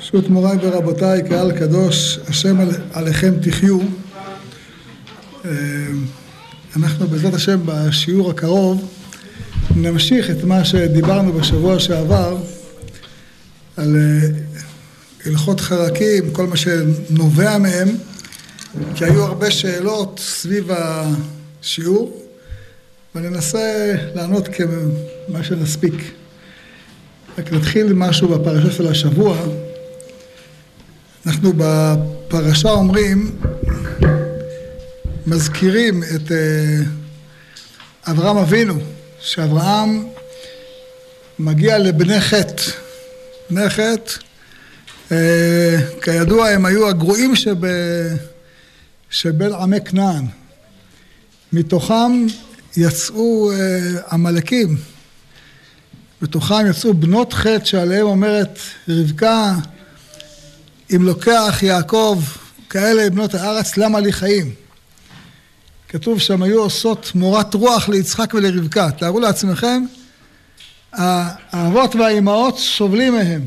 ברשות מוריי ורבותיי, קהל קדוש, השם עליכם תחיו. אנחנו בעזרת השם בשיעור הקרוב נמשיך את מה שדיברנו בשבוע שעבר על הלכות חרקים, כל מה שנובע מהם, כי היו הרבה שאלות סביב השיעור, וננסה לענות כמה שנספיק. רק נתחיל משהו בפרשה של השבוע. אנחנו בפרשה אומרים, מזכירים את אברהם אבינו, שאברהם מגיע לבני חטא. בני חטא, כידוע הם היו הגרועים שבין עמי כנען. מתוכם יצאו עמלקים, בתוכם יצאו בנות חטא שעליהם אומרת רבקה, אם לוקח יעקב כאלה בנות הארץ, למה לי חיים? כתוב שם היו עושות מורת רוח ליצחק ולרבקה. תארו לעצמכם, האבות והאימהות סובלים מהם.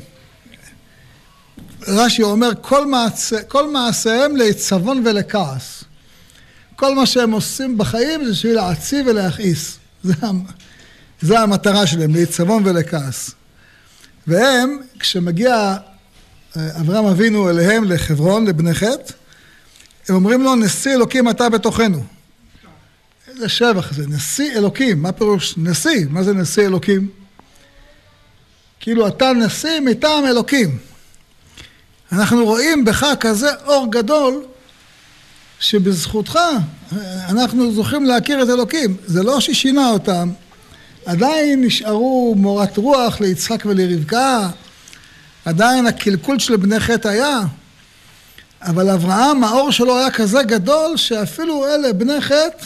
רש"י אומר, כל מעשיהם לעצבון ולכעס. כל מה שהם עושים בחיים זה בשביל להעציב ולהכעיס. זה המטרה שלהם, לעצבון ולכעס. והם, כשמגיע אברהם אבינו אליהם לחברון, לבני חטא, הם אומרים לו, נשיא אלוקים אתה בתוכנו. איזה שבח זה, נשיא אלוקים. מה פירוש נשיא? מה זה נשיא אלוקים? כאילו אתה נשיא מטעם אלוקים. אנחנו רואים בך כזה אור גדול, שבזכותך אנחנו זוכים להכיר את אלוקים. זה לא ששינה אותם. עדיין נשארו מורת רוח ליצחק ולרבקה, עדיין הקלקול של בני חטא היה, אבל אברהם, האור שלו היה כזה גדול, שאפילו אלה בני חטא,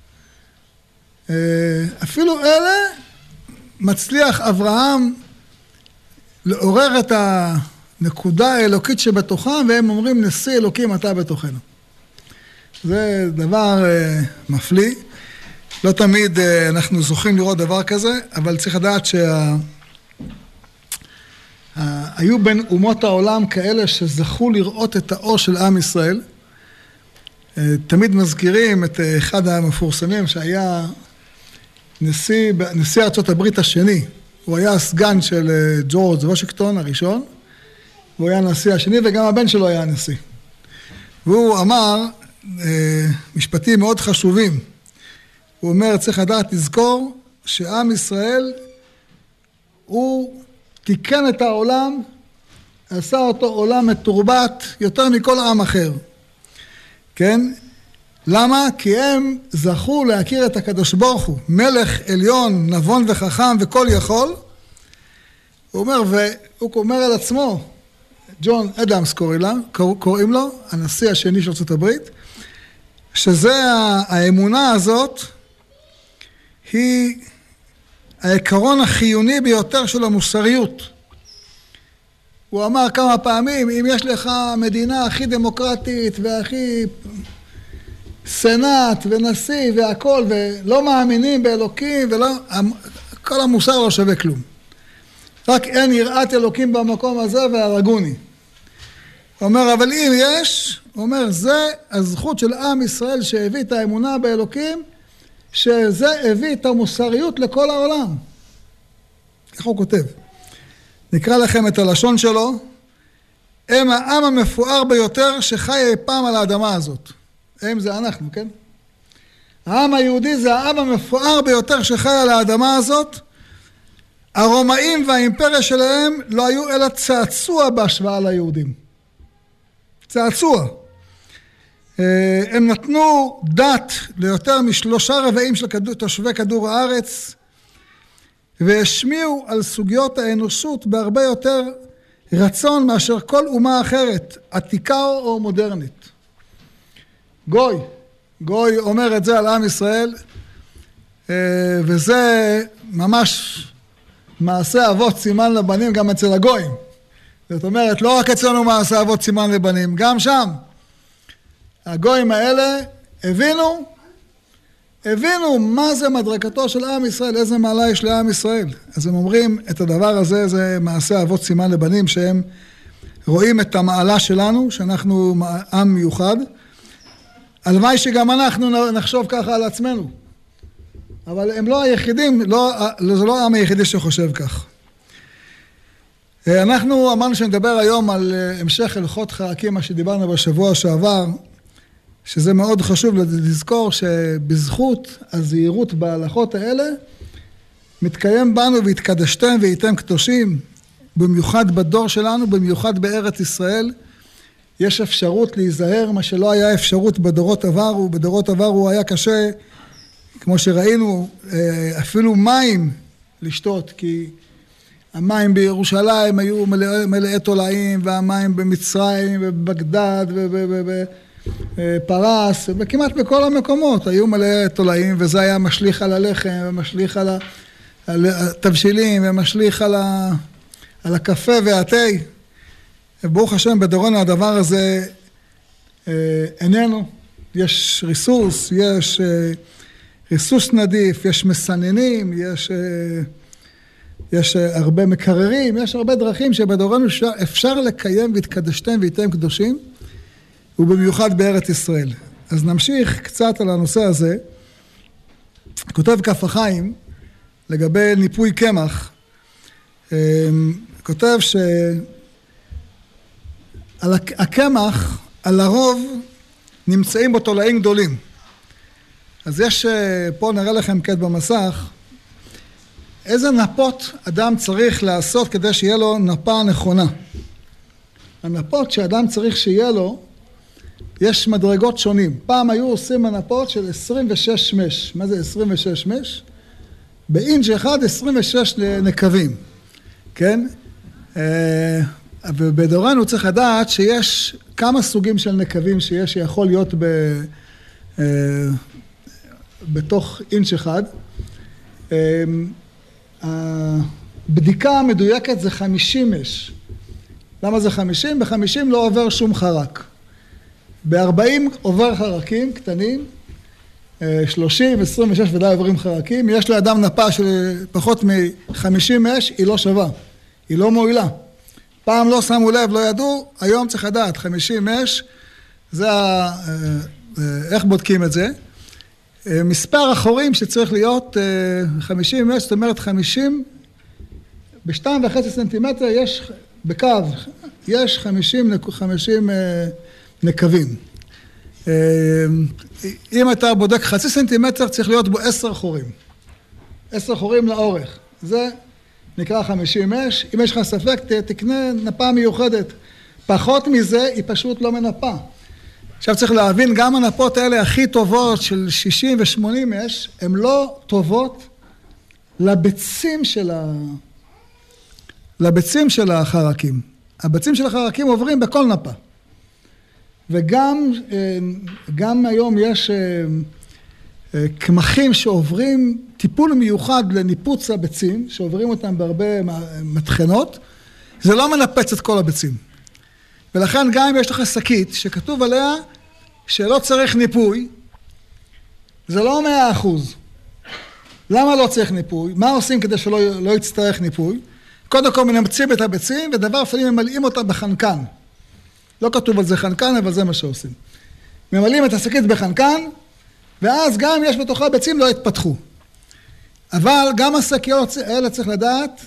אפילו אלה מצליח אברהם לעורר את הנקודה האלוקית שבתוכם, והם אומרים נשיא אלוקים אתה בתוכנו. זה דבר מפליא. לא תמיד אנחנו זוכים לראות דבר כזה, אבל צריך לדעת היו בין אומות העולם כאלה שזכו לראות את האור של עם ישראל. תמיד מזכירים את אחד המפורסמים שהיה נשיא ארצות הברית השני. הוא היה הסגן של ג'ורג' וושינגטון הראשון, והוא היה הנשיא השני, וגם הבן שלו היה הנשיא. והוא אמר משפטים מאוד חשובים. הוא אומר, צריך לדעת לזכור שעם ישראל הוא תיקן את העולם, עשה אותו עולם מתורבת יותר מכל עם אחר. כן? למה? כי הם זכו להכיר את הקדוש ברוך הוא, מלך עליון, נבון וחכם וכל יכול. הוא אומר, והוא אומר על עצמו, ג'ון אדמס קוראים לו, הנשיא השני של ארצות הברית, שזה האמונה הזאת, היא העיקרון החיוני ביותר של המוסריות. הוא אמר כמה פעמים, אם יש לך מדינה הכי דמוקרטית והכי סנאט ונשיא והכל, ולא מאמינים באלוקים, כל המוסר לא שווה כלום. רק אין יראת אלוקים במקום הזה והרגוני. הוא אומר, אבל אם יש, הוא אומר, זה הזכות של עם ישראל שהביא את האמונה באלוקים, שזה הביא את המוסריות לכל העולם. איך הוא כותב? נקרא לכם את הלשון שלו. הם העם המפואר ביותר שחי אי פעם על האדמה הזאת. הם זה אנחנו, כן? העם היהודי זה העם המפואר ביותר שחי על האדמה הזאת. הרומאים והאימפריה שלהם לא היו אלא צעצוע בהשוואה ליהודים. צעצוע. הם נתנו דת ליותר מ3/4 של תושבי כדור הארץ, והשמיעו על סוגיות האנושות בהרבה יותר רצון מאשר כל אומה אחרת, עתיקה או מודרנית. גוי אומר את זה על עם ישראל, וזה ממש מעשה אבות סימן לבנים גם אצל הגויים. זאת אומרת, לא רק אצלנו מעשה אבות סימן לבנים, גם שם. הגויים האלה הבינו מה זה מדרגתו של עם ישראל, איזה מעלה יש לעם ישראל. אז הם אומרים, את הדבר הזה זה מעשה אבות סימן לבנים, שהם רואים את המעלה שלנו, שאנחנו עם מיוחד. הלוואי שגם אנחנו נחשוב ככה על עצמנו. אבל הם לא היחידים, זה לא העם היחידי שחושב כך. אנחנו אמרנו שנדבר היום על המשך הלכות חרקים, מה שדיברנו בשבוע שעבר, שזה מאוד חשוב לזכור שבזכות הזהירות בהלכות האלה, מתקיים בנו והתקדשתם והייתם קדושים, במיוחד בדור שלנו, במיוחד בארץ ישראל, יש אפשרות להיזהר, מה שלא היה אפשרות בדורות עברו, בדורות עברו היה קשה, כמו שראינו, אפילו מים לשתות, כי המים בירושלים היו מלאי תולעים, והמים במצרים ובבגדד ובפרס, וכמעט בכל המקומות היו מלאי תולעים, וזה היה משליך על הלחם, ומשליך על התבשילים, ומשליך על הקפה והתה. ברוך השם, בדורנו הדבר הזה איננו. יש ריסוס, יש ריסוס נדיף, יש מסננים, יש הרבה מקררים, יש הרבה דרכים שבדורנו אפשר לקיים והתקדשתם והייתם קדושים, ובמיוחד בארץ ישראל. אז נמשיך קצת על הנושא הזה. כותב כף החיים לגבי ניפוי קמח, כותב הקמח, על הרוב, נמצאים בו תולעים גדולים. אז יש, פה נראה לכם כעת במסך, איזה נפות אדם צריך לעשות כדי שיהיה לו נפה נכונה. הנפות שאדם צריך שיהיה לו, יש מדרגות שונים. פעם היו עושים הנפות של 26 מש. מה זה 26 מש? באינץ' אחד 26 נקבים. כן? ובדורנו צריך לדעת שיש כמה סוגים של נקבים שיש, שיכול להיות בתוך אינץ' אחד. הבדיקה המדויקת זה 50 מש. למה זה 50? ב-50 לא עובר שום חרק. ב-40 עובר חרקים קטנים, 30, 26 ודאי עוברים חרקים. יש לאדם נפה של פחות מ-50 מש, היא לא שווה, היא לא מועילה. פעם לא שמו לב, לא ידעו, היום צריך לדעת, 50 מש, זה איך בודקים את זה? מספר החורים שצריך להיות 50 מש, זאת אומרת 50, ב-2.5 סנטימטר יש בקו, יש 50 נקבים. אם אתה בודק חצי סנטימטר, צריך להיות בו 10 חורים. 10 חורים לאורך. זה נקרא 50 מש. אם יש לך ספק, תקנה נפה מיוחדת. פחות מזה, היא פשוט לא מנפה. עכשיו צריך להבין, גם הנפות האלה הכי טובות של 60 ו-80 מש, הן לא טובות לביצים של החרקים. הביצים של החרקים עוברים בכל נפה. וגם היום יש קמחים שעוברים טיפול מיוחד לניפוץ הביצים, שעוברים אותם בהרבה מטחנות, זה לא מנפץ את כל הביצים. ולכן גם אם יש לך שקית שכתוב עליה שלא צריך ניפוי, זה לא 100%. למה לא צריך ניפוי? מה עושים כדי שלא יצטרך ניפוי? קודם כל מנמצים את הביצים, ודבר שני ממלאים אותה בחנקן. לא כתוב על זה חנקן, אבל זה מה שעושים. ממלאים את השקית בחנקן, ואז גם יש בתוכה ביצים לא יתפתחו. אבל גם השקיות האלה צריך לדעת,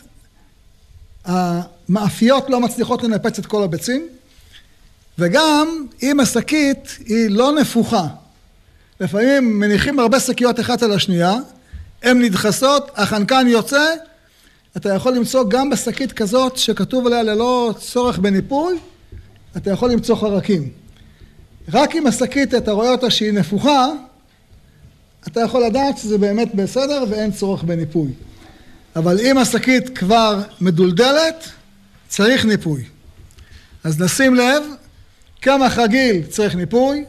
המאפיות לא מצליחות לנפץ את כל הביצים, וגם אם השקית היא לא נפוחה, לפעמים מניחים הרבה שקיות אחת על השנייה, הן נדחסות, החנקן יוצא, אתה יכול למצוא גם בשקית כזאת שכתוב עליה ללא צורך בניפוי, אתה יכול למצוא חרקים. רק אם השקית אתה רואה אותה שהיא נפוחה, אתה יכול לדעת שזה באמת בסדר ואין צורך בניפוי. אבל אם השקית כבר מדולדלת, צריך ניפוי. אז נשים לב, קמח רגיל צריך ניפוי,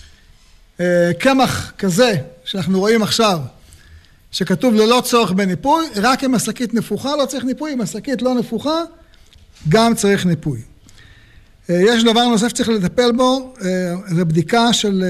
קמח כזה שאנחנו רואים עכשיו, שכתוב ללא צורך בניפוי, רק אם השקית נפוחה לא צריך ניפוי, אם השקית לא נפוחה, גם צריך ניפוי. יש דבר נוסף שצריך לטפל בו, זה בדיקה של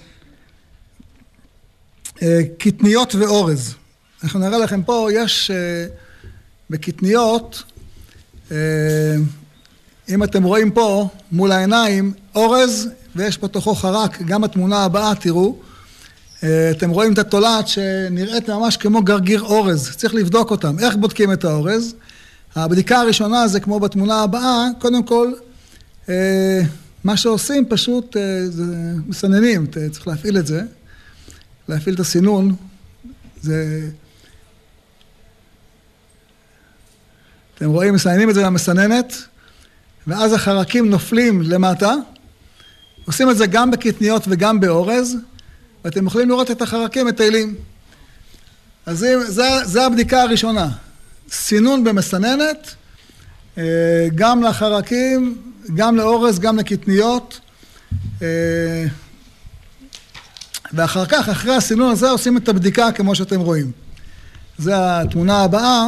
קטניות ואורז. אנחנו נראה לכם פה, יש בקטניות, אם אתם רואים פה מול העיניים אורז, ויש בתוכו חרק, גם התמונה הבאה תראו, אתם רואים את התולעת שנראית ממש כמו גרגיר אורז, צריך לבדוק אותם. איך בודקים את האורז? הבדיקה הראשונה זה כמו בתמונה הבאה, קודם כל, מה שעושים פשוט, זה מסננים, צריך להפעיל את זה, להפעיל את הסינון, זה... אתם רואים, מסננים את זה במסננת, ואז החרקים נופלים למטה, עושים את זה גם בקטניות וגם באורז, ואתם יכולים לראות את החרקים מטיילים. אז זה הבדיקה הראשונה. סינון במסננת, גם לחרקים, גם לאורז, גם לקטניות. ואחר כך, אחרי הסינון הזה, עושים את הבדיקה כמו שאתם רואים. זה התמונה הבאה.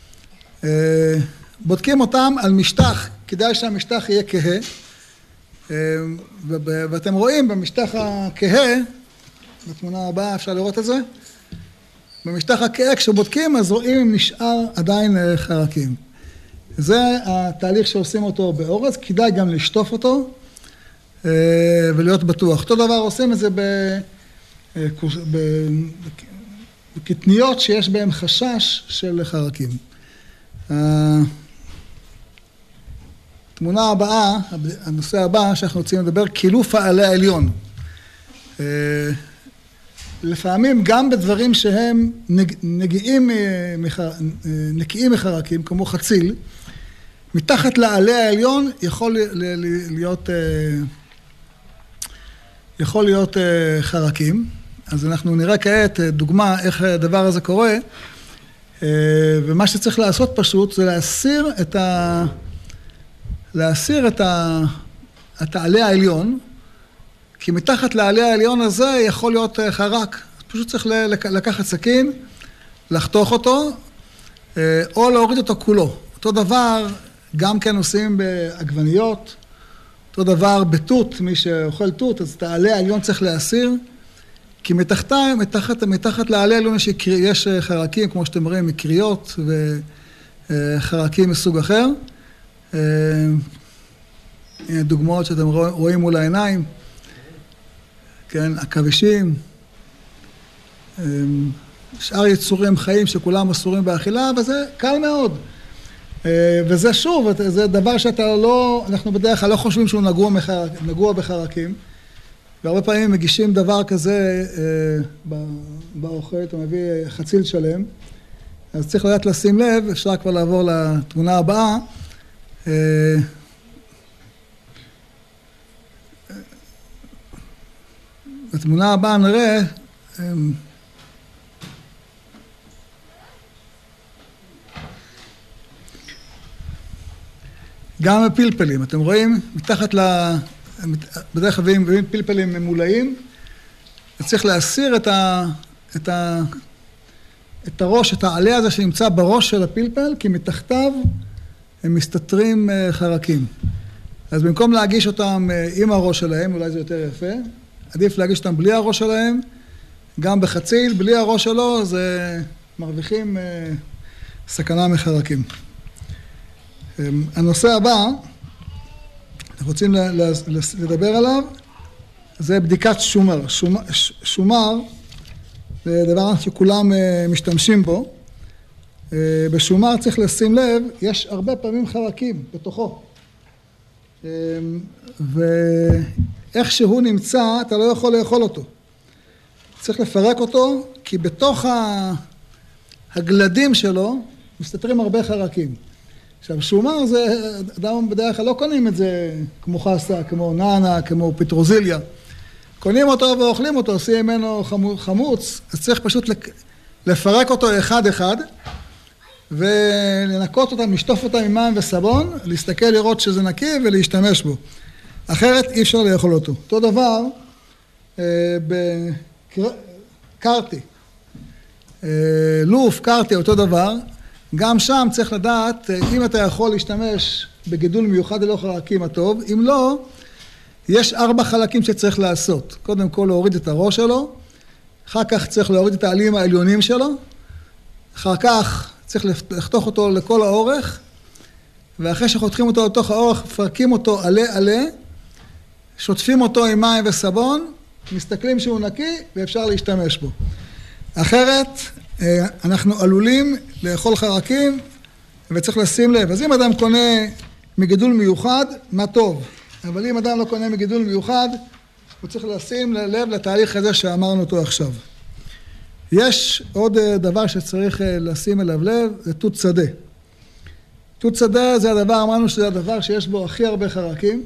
בודקים אותם על משטח, כדאי שהמשטח יהיה כהה. ואתם רואים במשטח הכהה, בתמונה הבאה אפשר לראות את זה, במשטח הכהה כשבודקים אז רואים אם נשאר עדיין חרקים. זה התהליך שעושים אותו באורז, כדאי גם לשטוף אותו ולהיות בטוח. אותו דבר עושים את זה בקטניות שיש בהם חשש של חרקים. התמונה הבאה, הנושא הבא שאנחנו רוצים לדבר, קילוף העלה העליון. לפעמים גם בדברים שהם נקיים מחרקים, כמו חציל, מתחת לעלה העליון יכול להיות חרקים. אז אנחנו נראה כעת דוגמה איך הדבר הזה קורה, ומה שצריך לעשות פשוט זה להסיר את העלה העליון, כי מתחת לעלה העליון הזה יכול להיות חרק. פשוט צריך לקחת סכין, לחתוך אותו, או להוריד אותו כולו. אותו דבר גם כן עושים בעגבניות, אותו דבר בתות, מי שאוכל תות, אז את העלה העליון צריך להסיר, כי מתחת לעלה העליון יש חרקים, כמו שאתם רואים, מקריות וחרקים מסוג אחר. דוגמאות שאתם רואים מול העיניים, כן, עכבישים, שאר יצורים חיים שכולם אסורים באכילה, וזה קל מאוד. וזה שוב, זה דבר אנחנו בדרך כלל לא חושבים שהוא נגוע בחרקים, והרבה פעמים מגישים דבר כזה באוכל, אתה מביא חציל שלם, אז צריך לדעת לשים לב, אפשר כבר לעבור לתמונה הבאה, בתמונה הבאה נראה גם הפלפלים, אתם רואים, מתחת בדרך כלל מביאים פלפלים ממולאים, צריך להסיר את הראש, את העלה הזה שנמצא בראש של הפלפל, כי מתחתיו הם מסתתרים חרקים. אז במקום להגיש אותם עם הראש שלהם, אולי זה יותר יפה, עדיף להגיש אותם בלי הראש שלהם, גם בחציל, בלי הראש שלו, זה מרוויחים סכנה מחרקים. הנושא הבא, אנחנו רוצים לדבר עליו, זה בדיקת שומר. שומר זה דבר שכולם משתמשים בו. בשומר צריך לשים לב, יש הרבה פעמים חרקים בתוכו. ואיך שהוא נמצא, אתה לא יכול לאכול אותו. צריך לפרק אותו, כי בתוך הגלדים שלו מסתתרים הרבה חרקים. עכשיו, שומר זה, אדם בדרך כלל לא קונים את זה כמו חסה, כמו נענה, כמו פטרוזיליה. קונים אותו ואוכלים אותו, עושים ממנו חמוץ, אז צריך פשוט לפרק אותו אחד-אחד, ולנקות אותם, לשטוף אותם עם מים וסבון, להסתכל לראות שזה נקי ולהשתמש בו. אחרת אי אפשר לאכול אותו. אותו דבר בקרטי. לוף, קרטי, אותו דבר. גם שם צריך לדעת אם אתה יכול להשתמש בגידול מיוחד ללא חרקים הטוב. אם לא, יש 4 חלקים שצריך לעשות. קודם כל להוריד את הראש שלו, אחר כך צריך להוריד את העלים העליונים שלו, אחר כך צריך לחתוך אותו לכל האורך, ואחרי שחותכים אותו לתוך האורך, מפרקים אותו עלה, שוטפים אותו עם מים וסבון, מסתכלים שהוא נקי ואפשר להשתמש בו. אחרת, אנחנו עלולים לאכול חרקים וצריך לשים לב. אז אם אדם קונה מגידול מיוחד, מה טוב. אבל אם אדם לא קונה מגידול מיוחד, הוא צריך לשים לב לתהליך הזה שאמרנו אותו עכשיו. יש עוד דבר שצריך לשים אליו לב, זה תות שדה. תות שדה זה הדבר, אמרנו שזה הדבר שיש בו הכי הרבה חרקים.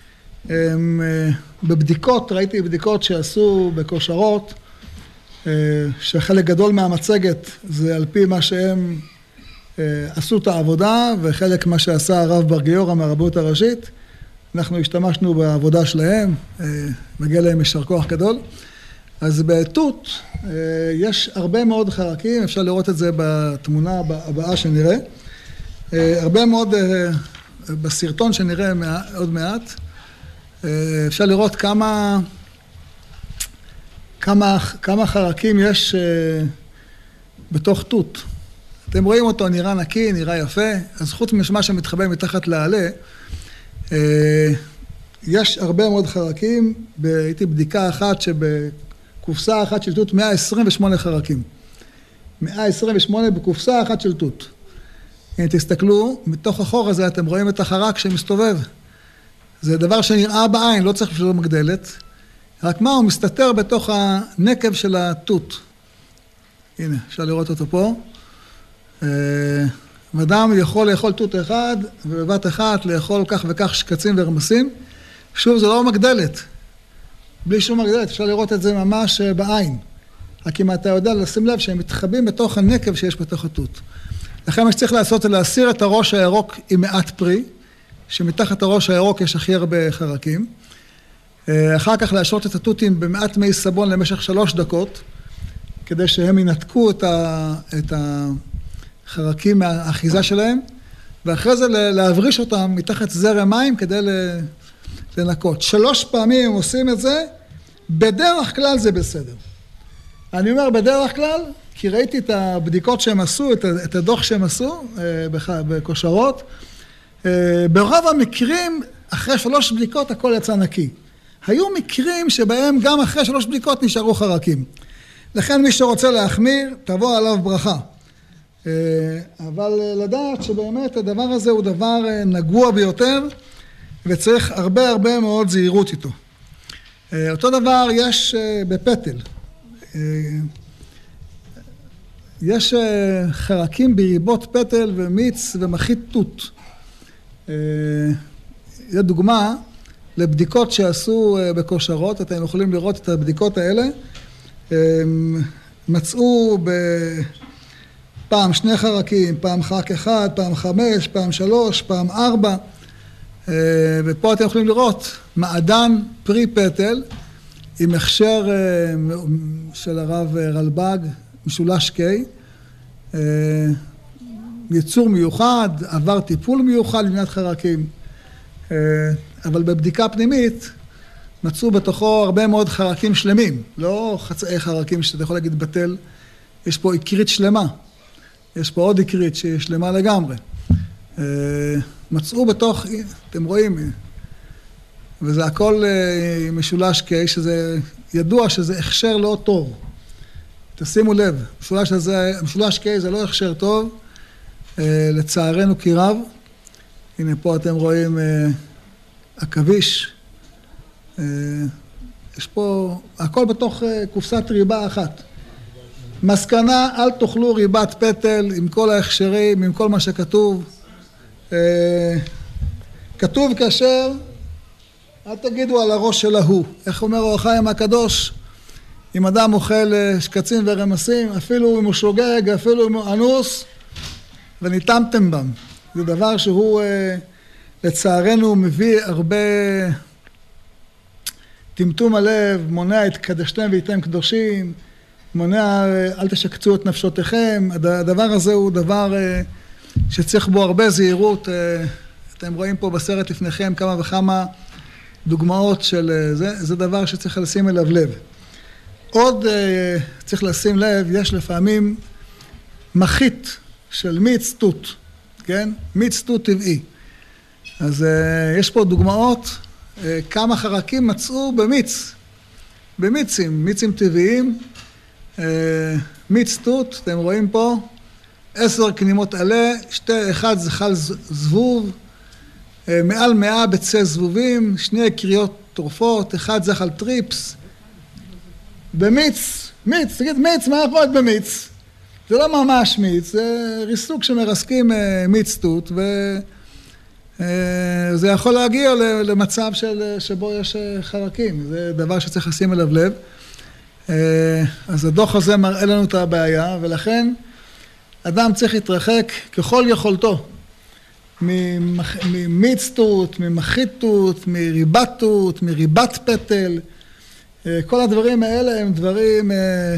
בבדיקות, ראיתי בדיקות שעשו בכושרות, שחלק גדול מהמצגת זה על פי מה שהם עשו את העבודה, וחלק מה שעשה הרב בר גיורא מהרבנות הראשית. אנחנו השתמשנו בעבודה שלהם, מגיע להם יישר כוח גדול. אז בתות יש הרבה מאוד חרקים, אפשר לראות את זה בתמונה הבאה שנראה. הרבה מאוד בסרטון שנראה עוד מעט, אפשר לראות כמה חרקים יש בתוך תות. אתם רואים אותו, נראה נקי, נראה יפה, אז חוץ ממה שמתחבא מתחת לעלה, יש הרבה מאוד חרקים. הייתי בדיקה אחת שבקופסה אחת של תות 128 חרקים. 128 בקופסה אחת של תות. אם תסתכלו, מתוך החור הזה אתם רואים את החרק שמסתובב. זה דבר שנראה בעין, לא צריך בשביל מגדלת. רק מה, הוא מסתתר בתוך הנקב של התות. הנה, אפשר לראות אותו פה. אדם יכול לאכול תות אחד, ובבת אחת לאכול כך וכך שקצים ורמסים. שוב, זה לא מגדלת. בלי שום מגדלת, אפשר לראות את זה ממש בעין. רק אם אתה יודע לשים לב שהם מתחבאים בתוך הנקב שיש בתוך התות. לכן מה שצריך לעשות זה להסיר את הראש הירוק עם מעט פרי, שמתחת הראש הירוק יש הכי הרבה חרקים. אחר כך להשרות את התותים במעט מי סבון למשך 3 דקות, כדי שהם ינתקו את החרקים מהאחיזה שלהם, ואחרי זה להבריש אותם מתחת זרם מים כדי לנקות. 3 פעמים הם עושים את זה, בדרך כלל זה בסדר. אני אומר בדרך כלל, כי ראיתי את הבדיקות שהם עשו, את הדוח שהם עשו בכושרות, ברוב המקרים, אחרי 3 בדיקות הכל יצא נקי. היו מקרים שבהם גם אחרי 3 בדיקות נשארו חרקים. לכן מי שרוצה להחמיר, תבוא עליו ברכה. אבל לדעת שבאמת הדבר הזה הוא דבר נגוע ביותר, וצריך הרבה מאוד זהירות איתו. אותו דבר יש בפטל. יש חרקים בריבות פטל ומיץ ומחית תות. זו דוגמה לבדיקות שעשו בכושרות, אתם יכולים לראות את הבדיקות האלה. מצאו פעם 2 חרקים, פעם חרק 1, פעם 5, פעם 3, פעם 4, ופה אתם יכולים לראות מעדן פרי פטל עם הכשר של הרב רלב"ג, משולש קי, ייצור מיוחד, עבר טיפול מיוחד לבניית חרקים, אבל בבדיקה פנימית מצאו בתוכו הרבה מאוד חרקים שלמים, לא חצאי חרקים שאתה יכול להגיד בטל, יש פה עיקרית שלמה, יש פה עוד עיקרית שהיא שלמה לגמרי. מצאו בתוך, אתם רואים, וזה הכל משולש קי, שזה ידוע שזה הכשר לא טוב. תשימו לב, משולש קי זה לא הכשר טוב, לצערנו כי רב. הנה פה אתם רואים עכביש. יש פה, הכל בתוך קופסת ריבה אחת. מסקנה, אל תאכלו ריבת פטל עם כל ההכשרים, עם כל מה שכתוב. כתוב כאשר, אל תגידו על הראש של ההוא. איך אומר אור החיים הקדוש? אם אדם אוכל שקצים ורמסים, אפילו אם הוא שוגג, אפילו אם הוא אנוס, וניתמתם בם. זה דבר שהוא לצערנו מביא הרבה טמטום הלב, מונע את קדשתם והייתם קדושים, מונע אל תשקצו את נפשותיכם. הדבר הזה הוא דבר שצריך בו הרבה זהירות. אתם רואים פה בסרט לפניכם כמה וכמה דוגמאות של זה. זה דבר שצריך לשים אליו לב. עוד צריך לשים לב, יש לפעמים מחית של מיץ תות, כן? מיץ תות טבעי. אז יש פה דוגמאות, כמה חרקים מצאו במיצים, מיצים טבעיים, מיץ תות, אתם רואים פה, 10 קנימות עלה, 1 זחל זבוב, מעל 100 ביצי זבובים, 2 קריות טורפות, 1 זחל טריפס, במיץ, תגיד מיץ, מה יכול להיות במיץ? זה לא ממש מיץ, זה ריסוק שמרסקים מיץ תות, וזה יכול להגיע למצב שבו יש חרקים, זה דבר שצריך לשים אליו לב. אז הדוח הזה מראה לנו את הבעיה, ולכן אדם צריך להתרחק ככל יכולתו ממיץ תות, ממחית תות, מריבת תות, מריבת פטל. כל הדברים האלה הם דברים,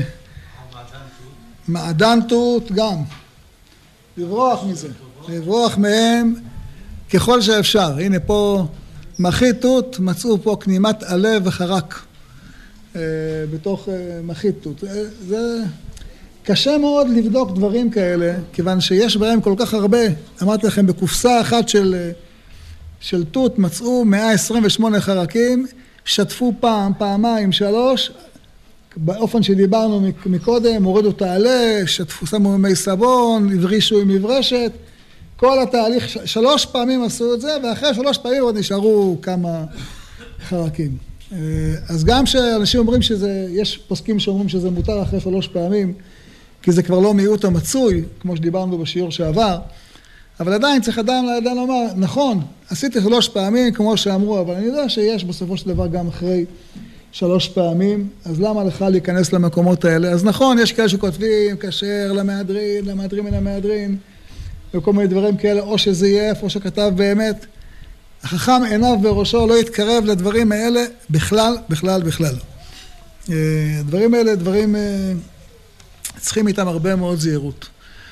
מעדן תות גם, לברוח מזה, לברוח מהם ככל שאפשר. הנה פה מחית תות, מצאו פה קנימת עלה וחרק בתוך מחית תות. זה קשה מאוד לבדוק דברים כאלה, כיוון שיש בהם כל כך הרבה. אמרתי לכם, בקופסה אחת של תות מצאו 128 חרקים, שטפו פעמיים, 3, באופן שדיברנו מקודם, הורידו את העלה, שטפו, שמו מי סבון, הברישו עם מברשת, כל התהליך, 3 פעמים עשו את זה, ואחרי 3 פעמים עוד נשארו כמה חרקים. אז גם שאנשים אומרים שזה, יש פוסקים שאומרים שזה מותר אחרי 3 פעמים, כי זה כבר לא מיעוט המצוי, כמו שדיברנו בשיעור שעבר, אבל עדיין צריך אדם לומר, נכון, עשיתי 3 פעמים כמו שאמרו, אבל אני יודע שיש בסופו של דבר גם אחרי 3 פעמים, אז למה לך להיכנס למקומות האלה? אז נכון, יש כאלה שכותבים, כשר למהדרין מן המהדרין, וכל מיני דברים כאלה, או שזה יהיה איפה שכתב באמת, החכם עיניו בראשו לא יתקרב לדברים האלה בכלל. הדברים האלה, דברים צריכים איתם הרבה מאוד זהירות.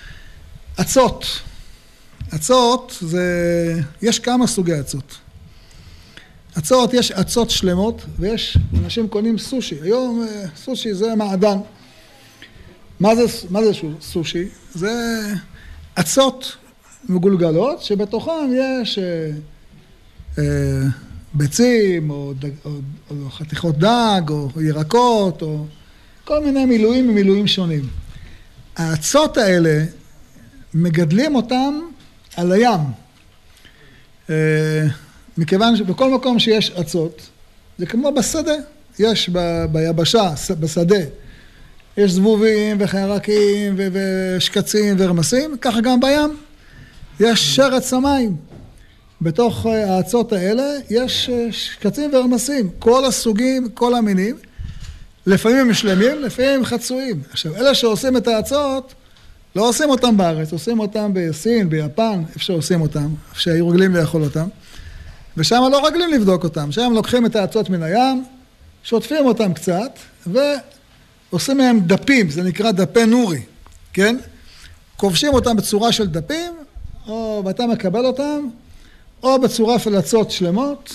עצות זה, יש כמה סוגי עצות. עצות, יש עצות שלמות, ויש אנשים קונים סושי. היום סושי זה מעדן. מה זה סושי? זה עצות מגולגלות, שבתוכן יש ביצים, או חתיכות דג, או ירקות, או כל מיני מילואים שונים. העצות האלה, מגדלים אותם על הים. מכיוון שבכל מקום שיש עצות, זה כמו בשדה, יש ביבשה, בשדה, יש זבובים וחרקים ושקצים ורמסים, ככה גם בים, יש שרץ המים. בתוך העצות האלה יש שקצים ורמסים, כל הסוגים, כל המינים, לפעמים הם שלמים, לפעמים הם חצויים. עכשיו, אלה שעושים את העצות, לא עושים אותם בארץ, עושים אותם בסין, ביפן, איפה שעושים אותם, איפה שהיו רגלים לאכול אותם, ושם לא רגלים לבדוק אותם, שם לוקחים את העצות מן הים, שוטפים אותם קצת, ועושים מהם דפים, זה נקרא דפי נורי, כן? כובשים אותם בצורה של דפים, ואתה מקבל אותם, או בצורה פלצות שלמות,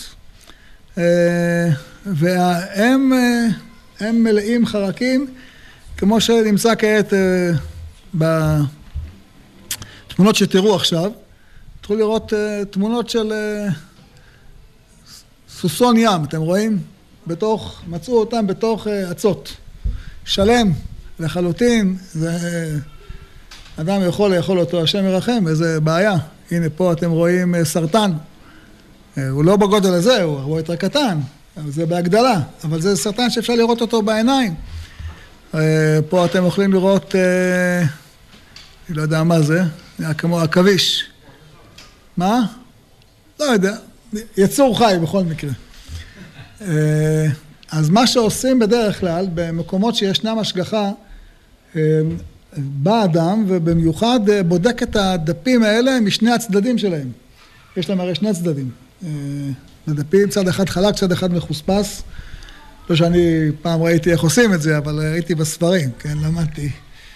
והם מלאים חרקים, כמו שנמצא כעת בתמונות שתראו עכשיו, תוכלו לראות תמונות של סוסון ים, אתם רואים? מצאו אותם בתוך עצות. שלם לחלוטין, זה אדם יכול לאכול אותו, השם ירחם, וזה בעיה. הנה פה אתם רואים סרטן. הוא לא בגודל הזה, הוא הרבה יותר קטן, אבל זה בהגדלה, אבל זה סרטן שאפשר לראות אותו בעיניים. פה אתם יכולים לראות, אני לא יודע מה זה כמו עכביש. מה? לא יודע, יצור חי בכל מקרה. אז מה שעושים בדרך כלל, במקומות שישנם השגחה, בא אדם ובמיוחד בודק את הדפים האלה משני הצדדים שלהם. יש להם הרי 2 צדדים. הדפים, צד אחד חלק, צד אחד מחוספס. לא שאני פעם ראיתי איך עושים את זה, אבל ראיתי בספרים, כן, למדתי.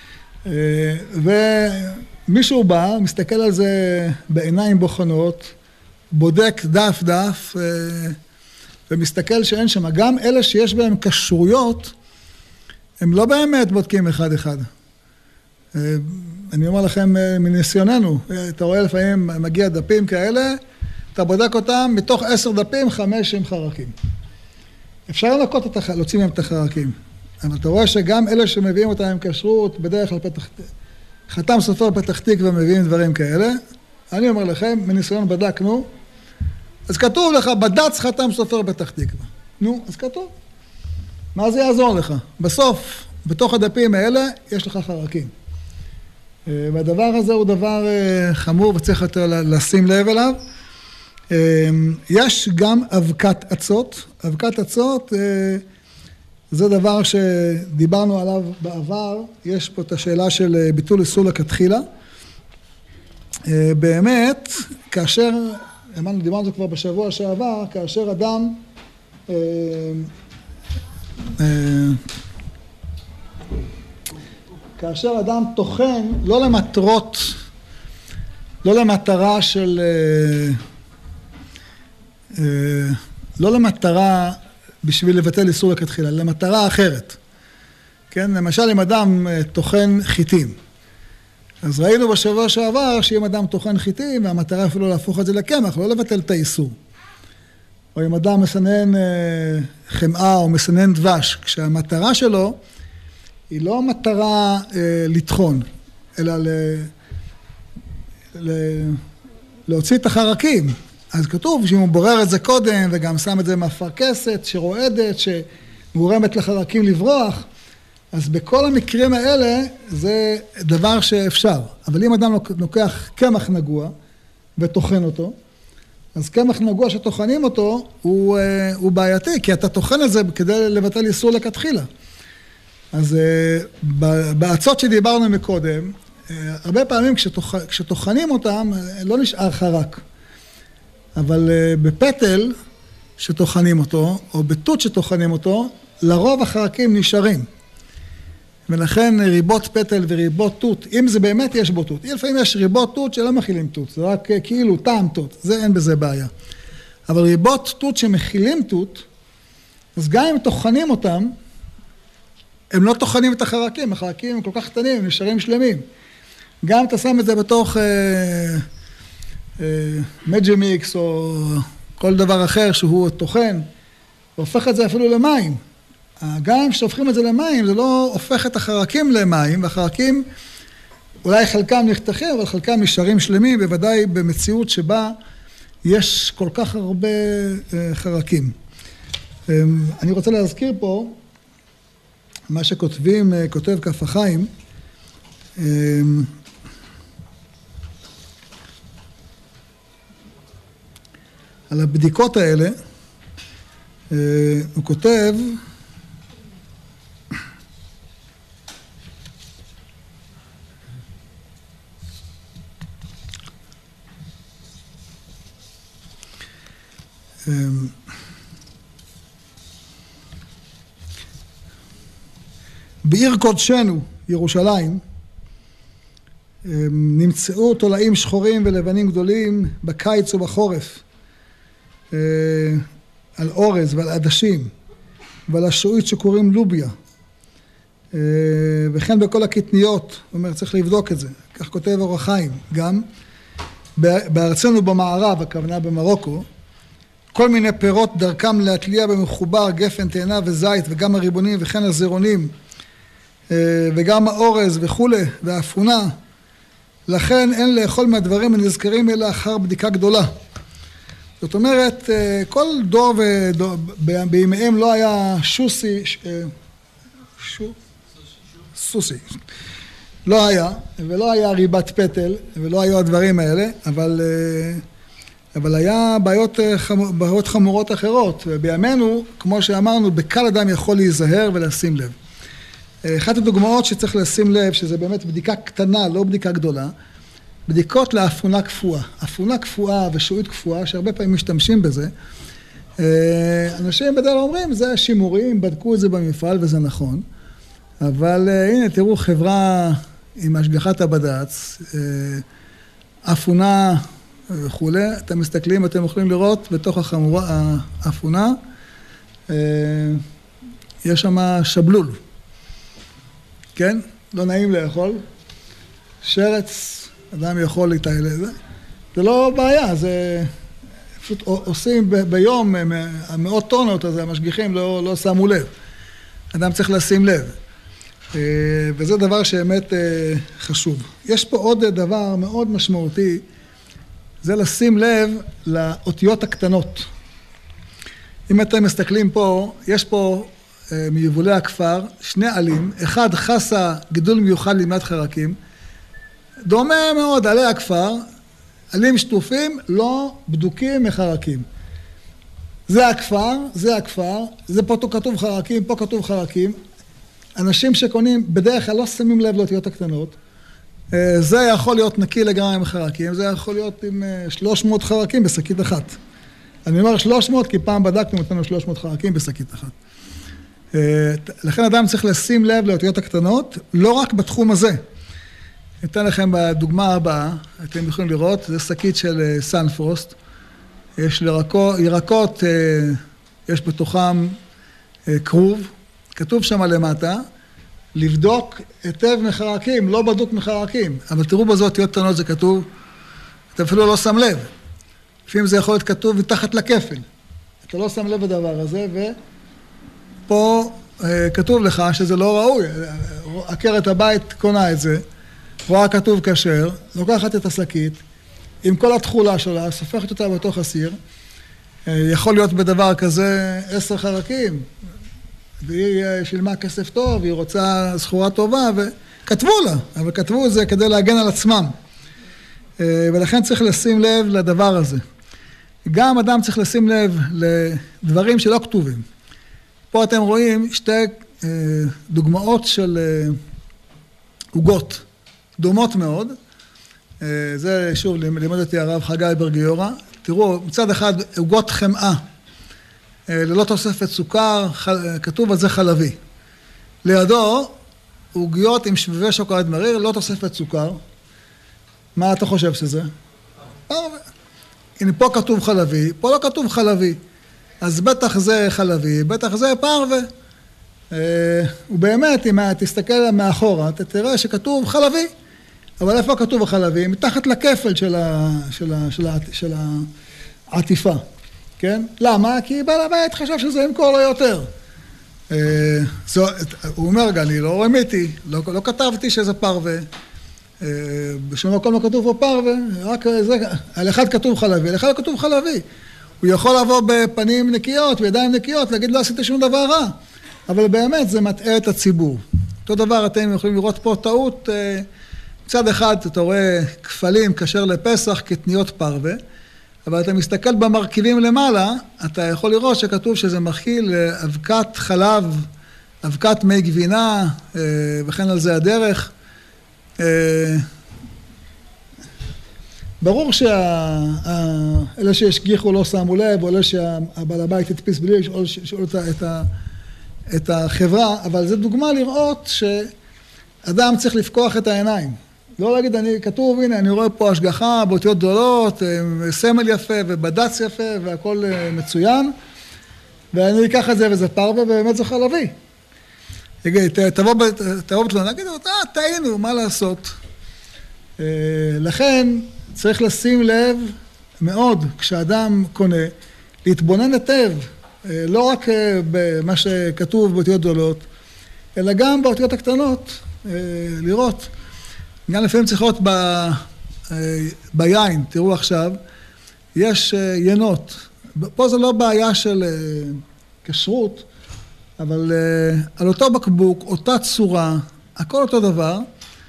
ומישהו בא, מסתכל על זה בעיניים בוחנות, בודק דף, ומסתכל שאין שם. גם אלה שיש בהם קשורויות, הם לא באמת בודקים אחד. אני אומר לכם מניסיוננו, אתה רואה לפעמים מגיע דפים כאלה, אתה בודק אותם, מתוך 10 דפים, 5 הם חרקים. אפשר להוציא מהם את החרקים, אבל אתה רואה שגם אלה שמביאים אותם עם כשרות, בדרך כלל חתם סופר פתח תקווה ומביאים דברים כאלה, אני אומר לכם, מניסיון בדקנו, אז כתוב לך, בד"ץ חתם סופר פתח תקווה. נו, אז כתוב. מה זה יעזור לך? בסוף, בתוך הדפים האלה, יש לך חרקים. והדבר הזה הוא דבר חמור וצריך יותר לשים לב אליו. יש גם אבקת עצות. אבקת עצות זה דבר שדיברנו עליו בעבר. יש פה את השאלה של ביטול איסור לכתחילה. באמת, כאשר, דיברנו על זה כבר בשבוע שעבר, כאשר אדם כאשר אדם טוחן לא למטרה של לא למטרה בשביל לבטל איסור לכתחילה, למטרה אחרת. כן? למשל אם אדם טוחן חיטים, אז ראינו בשבוע שעבר שאם אדם טוחן חיטים והמטרה אפילו להפוך את זה לקמח, לא לבטל את האיסור. או אם אדם מסנן חמאה או מסנן דבש, כשהמטרה שלו היא לא מטרה לטחון, אלא להוציא את החרקים. אז כתוב שאם הוא בורר את זה קודם וגם שם את זה מאפרכסת שרועדת, שגורמת לחרקים לברוח, אז בכל המקרים האלה זה דבר שאפשר. אבל אם אדם לוקח קמח נגוע וטוחן אותו, אז קמח נגוע שטוחנים אותו הוא בעייתי, כי אתה טוחן את זה כדי לבטל איסור לכתחילה. אז בעצות שדיברנו מקודם, הרבה פעמים כשטוחנים אותם לא נשאר חרק. אבל בפטל שטוחנים אותו, או בתות שטוחנים אותו, לרוב החרקים נשארים. ולכן ריבות פטל וריבות תות, אם זה באמת יש בו תות, לפעמים יש ריבות תות שלא מכילים תות, זה רק כאילו טעם תות, זה אין בזה בעיה. אבל ריבות תות שמכילים תות, אז גם אם טוחנים אותם, הם לא טוחנים את החרקים, החרקים הם כל כך קטנים, הם נשארים שלמים. גם אתה שם את זה בתוך מג'מיקס או כל דבר אחר שהוא טוחן, והופך את זה אפילו למים. גם כשהופכים את זה למים, זה לא הופך את החרקים למים, והחרקים אולי חלקם נחתכים, אבל חלקם נשארים שלמים, בוודאי במציאות שבה יש כל כך הרבה חרקים. אני רוצה להזכיר פה מה כותב כף החיים, על הבדיקות האלה, הוא כותב, בעיר קודשנו, ירושלים, נמצאו תולעים שחורים ולבנים גדולים בקיץ ובחורף, על אורז ועל עדשים ועל השעועית שקוראים לוביה, וכן בכל הקטניות. הוא אומר, צריך לבדוק את זה. כך כותב אור החיים. גם בארצנו במערב, הכוונה במרוקו, כל מיני פירות דרכם להתלייה במחובר, גפן, תאנה וזית, וגם הריבונים וכן הזירונים, וגם האורז וכו' והאפונה. לכן אין לאכול מהדברים הנזכרים אלא אחר בדיקה גדולה. זאת אומרת, כל דור ודור, בימיהם לא היה סוסי, לא היה, ולא היה ריבת פטל, ולא היו הדברים האלה, אבל היה בעיות חמורות אחרות, ובימינו, כמו שאמרנו, בקל אדם יכול להיזהר ולשים לב. אחת הדוגמאות שצריך לשים לב, שזה באמת בדיקה קטנה, לא בדיקה גדולה, בדיקות לאפונה קפואה. אפונה קפואה ושעועית קפואה, שהרבה פעמים משתמשים בזה. אנשים בדרך אומרים, זה שימורים, בדקו את זה במפעל וזה נכון. אבל הנה, תראו חברה עם השגחת הבד"ץ, אפונה וכו'. אתם מסתכלים, אתם יכולים לראות בתוך האפונה, יש שם שבלול. כן? לא נעים לאכול. שרץ, אדם יכול להתעל לזה. זה לא בעיה, זה פשוט עושים ביום מאות טונות, אז המשגיחים לא שמו לב. אדם צריך לשים לב. וזה דבר שבאמת חשוב. יש פה עוד דבר מאוד משמעותי, זה לשים לב לאותיות הקטנות. אם אתם מסתכלים פה, יש פה מיבולי הכפר, שני עלים, אחד חסה גידול מיוחד לימד חרקים, דומה מאוד עלי הכפר, עלים שטופים, לא בדוקים מחרקים. זה הכפר, זה פה כתוב חרקים, פה כתוב חרקים. אנשים שקונים בדרך כלל לא שמים לב לאותיות הקטנות. זה יכול להיות נקי לגמרי עם חרקים, זה יכול להיות עם 300 חרקים בשקית אחת. אני אומר 300 כי פעם בדקנו אותנו 300 חרקים בשקית אחת. לכן אדם צריך לשים לב לאותיות הקטנות, לא רק בתחום הזה. אתן לכם בדוגמה הבאה, אתם יכולים לראות, זה שקית של סנפרוסט. יש ירקות, יש בתוכם כרוב, כתוב שם למטה, לבדוק היטב מחרקים, לא בדוק מחרקים. אבל תראו בזה אותיות קטנות, זה כתוב, אתה אפילו לא שם לב. לפעמים זה יכול להיות כתוב מתחת לכפל. אתה לא שם לב בדבר הזה, ופה כתוב לך שזה לא ראוי. עקרת הבית קונה את זה, רואה כתוב כשר, לוקחת את השקית, עם כל התכולה שלה, סופחת אותה בתוך הסיר, יכול להיות בדבר כזה 10 חרקים, והיא שילמה כסף טוב, היא רוצה סחורה טובה, וכתבו לה, אבל כתבו את זה כדי להגן על עצמם. ולכן צריך לשים לב לדבר הזה. גם אדם צריך לשים לב לדברים שלא כתובים. פה אתם רואים שתי דוגמאות של עוגות דומות מאוד. זה שוב לימד אותי הרב חגי ברגיורה. תראו, מצד אחד עוגות חמאה, ללא תוספת סוכר, כתוב על זה חלבי. לידו עוגיות עם שבבי שוקולד מריר, לא תוספת סוכר. מה אתה חושב שזה? הנה פה כתוב חלבי, פה לא כתוב חלבי. אז בטח זה חלבי, בטח זה פרווה. ובאמת, אם תסתכל מאחורה, אתה תראה שכתוב חלבי. אבל איפה כתוב החלבי? מתחת לכפל של העטיפה. כן? למה? כי בעל הבית חשב שזה ימכור לו יותר. הוא אומר, אני לא רמיתי, לא כתבתי שזה פרווה. בשום מקום לא כתוב פה פרווה, רק זה, על אחד כתוב חלבי, על אחד כתוב חלבי. הוא יכול לבוא בפנים נקיות, בידיים נקיות, להגיד לא עשיתי שום דבר רע. אבל באמת זה מטעה את הציבור. אותו דבר אתם יכולים לראות פה טעות, מצד אחד אתה רואה כפלים כשר לפסח כתניות פרווה, אבל אתה מסתכל במרכיבים למעלה, אתה יכול לראות שכתוב שזה מכיל אבקת חלב, אבקת מי גבינה, וכן על זה הדרך. ברור שאלה שהשגיחו לא שמו לב, או אלה שהבעל הבית התפיס בלי לשאול את החברה, אבל זו דוגמה לראות שאדם צריך לפקוח את העיניים. לא להגיד, כתוב, הנה, אני רואה פה השגחה, באותיות גדולות, סמל יפה ובדץ יפה, והכל מצוין, ואני אקח את זה וזה פרווה, ובאמת זה חלבי. תבוא בתלונה, נגיד, טעינו, מה לעשות? לכן צריך לשים לב מאוד, כשאדם קונה, להתבונן היטב, לא רק במה שכתוב באותיות גדולות, אלא גם באותיות הקטנות, לראות. גם לפעמים צריך להיות ביין, תראו עכשיו, יש ינות. פה זה לא בעיה של כשרות, אבל על אותו בקבוק, אותה צורה, הכל אותו דבר.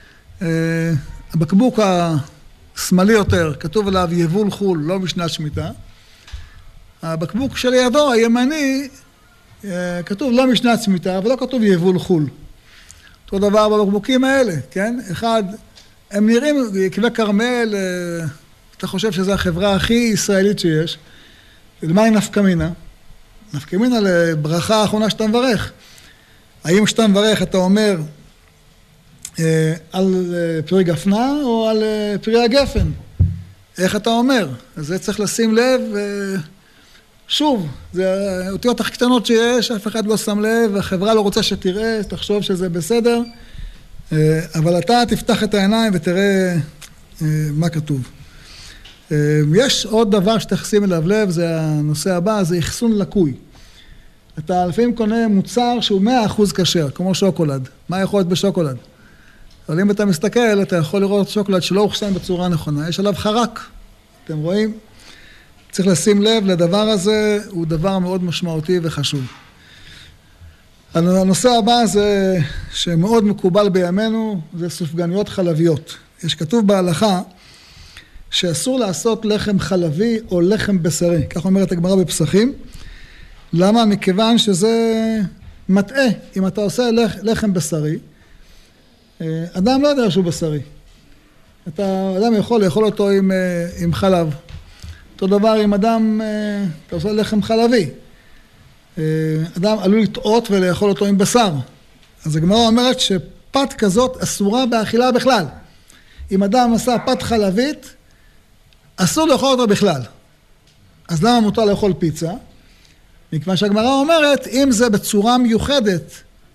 הבקבוק השמאלי יותר, כתוב עליו יבול חול, לא משנת שמיטה. הבקבוק שלידו, הימני, כתוב לא משנת שמיטה, אבל לא כתוב יבול חול. אותו דבר בבקבוקים האלה, כן? אחד, הם נראים, יקבי קרמל, אתה חושב שזו החברה הכי ישראלית שיש. למה היא נפקא מינה? נפקא מינה לברכה האחרונה שאתה מברך. האם כשאתה מברך אתה אומר על פרי גפנה או על פרי הגפן? איך אתה אומר? אז זה צריך לשים לב, שוב, זה אותיות הקטנות שיש, אף אחד לא שם לב, החברה לא רוצה שתראה, תחשוב שזה בסדר. אבל אתה תפתח את העיניים ותראה מה כתוב. יש עוד דבר שתכסים אליו לב, זה הנושא הבא, זה אחסון לקוי. אתה לפעמים קונה מוצר שהוא 100% כשר, כמו שוקולד. מה יכול להיות בשוקולד? אבל אם אתה מסתכל, אתה יכול לראות שוקולד שלא הוחסן בצורה נכונה, יש עליו חרק. אתם רואים? צריך לשים לב לדבר הזה, הוא דבר מאוד משמעותי וחשוב. הנושא הבא זה שמאוד מקובל בימינו, זה סופגניות חלביות. יש כתוב בהלכה שאסור לעשות לחם חלבי או לחם בשרי, כך אומרת הגמרא בפסחים. למה? מכיוון שזה מטעה. אם אתה עושה לחם בשרי, אדם לא יודע שהוא בשרי. אדם יכול לאכול אותו עם חלב. אותו דבר אם אדם, אתה עושה לחם חלבי. אדם עלול לטעות ולאכול אותו עם בשר. אז הגמרא אומרת שפת כזאת אסורה באכילה בכלל. אם אדם עשה פת חלבית, אסור לאכול אותה בכלל. אז למה מותר לאכול פיצה? מכיוון שהגמרא אומרת, אם זה בצורה מיוחדת,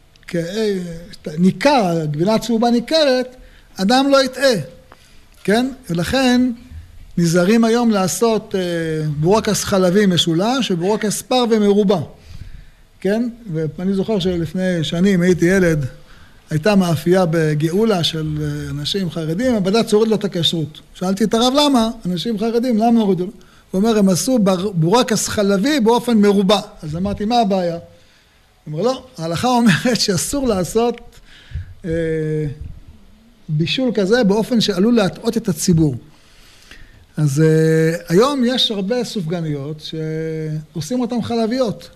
ניכר, גבינה צהובה ניכרת, אדם לא יטעה. כן? ולכן נזהרים היום לעשות בורקס חלבי משולש ובורקס פר ומרובע. כן? ואני זוכר שלפני שנים הייתי ילד, הייתה מאפייה בגאולה של אנשים חרדים, הבד"ץ הוריד לו את הכשרות. שאלתי את הרב למה? אנשים חרדים, למה הורידו לו? הוא אומר, הם עשו בורקס חלבי באופן מרובע. אז אמרתי, מה הבעיה? הוא אומר, לא, ההלכה אומרת שאסור לעשות בישול כזה באופן שעלול להטעות את הציבור. אז היום יש הרבה סופגניות שעושים אותן חלביות.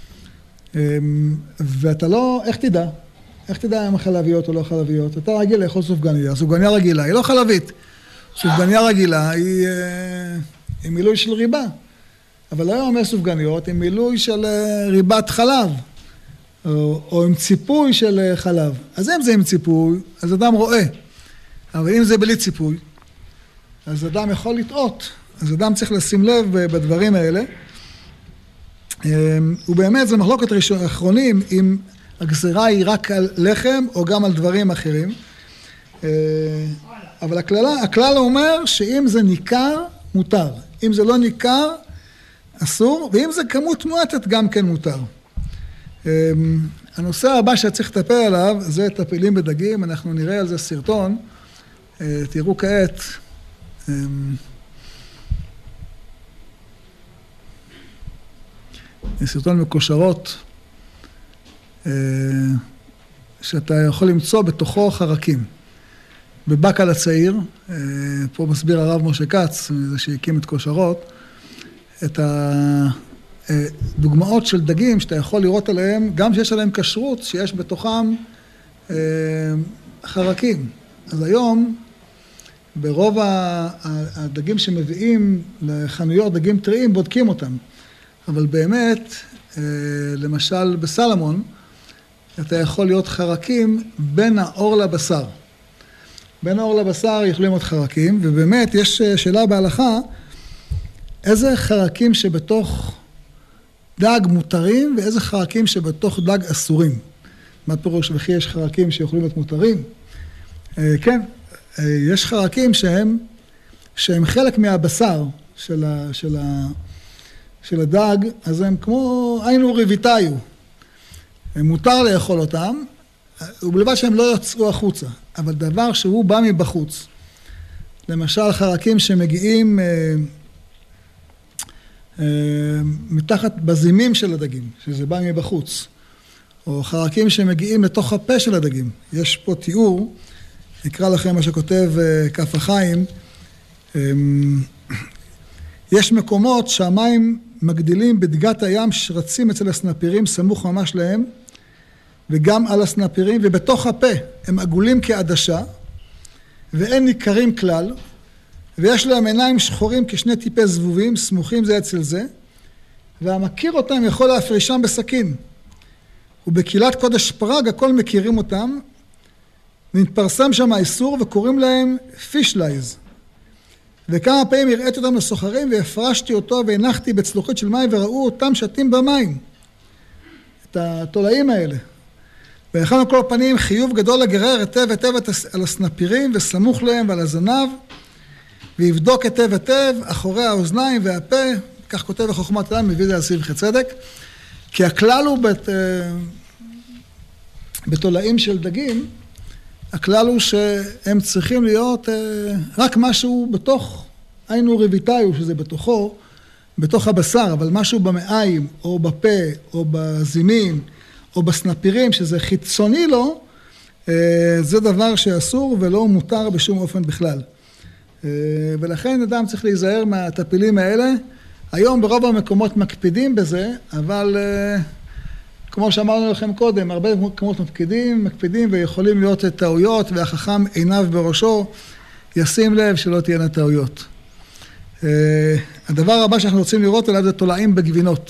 ואתה לא, איך תדע? איך תדע אם חלביות או לא חלביות? אתה רגיל לאכול סופגניה. סופגניה רגילה היא לא חלבית. סופגניה רגילה היא מילוי של ריבה. אבל היום יש סופגניות עם מילוי של ריבת חלב. או עם ציפוי של חלב. אז אם זה עם ציפוי, אז אדם רואה. אבל אם זה בלי ציפוי, אז אדם יכול לטעות. אז אדם צריך לשים לב בדברים האלה. ובאמת זה מחלוקת אחרונים אם הגזירה היא רק על לחם או גם על דברים אחרים. אבל הכלל אומר שאם זה ניכר, מותר. אם זה לא ניכר, אסור. ואם זה כמות מועטת, גם כן מותר. הנושא הבא שצריך לטפל עליו זה טפילים בדגים. אנחנו נראה על זה סרטון. תראו כעת. סרטון מקושרות שאתה יכול למצוא בתוכו חרקים. בבקל הצעיר, פה מסביר הרב משה כץ, זה שהקים את קושרות, את הדוגמאות של דגים שאתה יכול לראות עליהם, גם שיש עליהם כשרות, שיש בתוכם חרקים. אז היום, ברוב הדגים שמביאים לחנויות דגים טריים, בודקים אותם. אבל באמת, למשל בסלמון, אתה יכול להיות חרקים בין האור לבשר. בין האור לבשר יכולים להיות חרקים, ובאמת יש שאלה בהלכה, איזה חרקים שבתוך דג מותרים, ואיזה חרקים שבתוך דג אסורים. מה פירוש? וכי יש חרקים שיכולים להיות מותרים? כן, יש חרקים שהם חלק מהבשר של הדג, אז הם כמו היינו ריביתיו. מותר לאכול אותם, ובלבד שהם לא יצאו החוצה. אבל דבר שהוא בא מבחוץ, למשל חרקים שמגיעים מתחת בזימים של הדגים, שזה בא מבחוץ, או חרקים שמגיעים לתוך הפה של הדגים. יש פה תיאור, נקרא לכם מה שכותב כף החיים, יש מקומות שהמים מגדילים בדגת הים שרצים אצל הסנפירים, סמוך ממש להם, וגם על הסנפירים, ובתוך הפה הם עגולים כעדשה, ואין ניכרים כלל, ויש להם עיניים שחורים כשני טיפי זבובים, סמוכים זה אצל זה, והמכיר אותם יכול להפרישם בסכין. ובקהילת קודש פראג הכל מכירים אותם, ונתפרסם שם האיסור וקוראים להם פישלייז. וכמה פעמים הראיתי אותם לסוחרים והפרשתי אותו והנחתי בצלוחית של מים וראו אותם שתים במים. את התולעים האלה. ויכול על כל פנים חיוב גדול לגרר היטב על הסנפירים וסמוך להם ועל הזנב, ויבדוק היטב אחורי האוזניים והפה, כך כותב החוכמת אדם, מביא זה על סבכי צדק, כי הכלל הוא בתולעים של דגים, הכלל הוא שהם צריכים להיות רק משהו בתוך, היינו רביטאיו שזה בתוכו, בתוך הבשר, אבל משהו במעיים, או בפה, או בזימין, או בסנפירים, שזה חיצוני לו, זה דבר שאסור ולא מותר בשום אופן בכלל. ולכן אדם צריך להיזהר מהטפילים האלה. היום ברוב המקומות מקפידים בזה, אבל כמו שאמרנו לכם קודם, הרבה מקומות מקפידים ויכולים להיות טעויות, והחכם עיניו בראשו ישים לב שלא תהיינה טעויות. הדבר הבא שאנחנו רוצים לראות עליו זה תולעים בגבינות.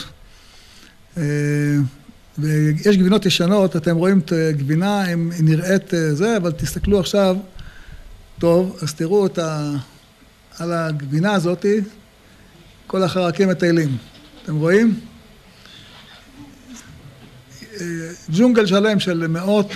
ויש גבינות ישנות, אתם רואים את גבינה, הם נראית זה, אבל תסתכלו עכשיו, טוב, אז תראו על הגבינה הזאת, כל החרקים מטיילים. אתם רואים? ג'ונגל שלם של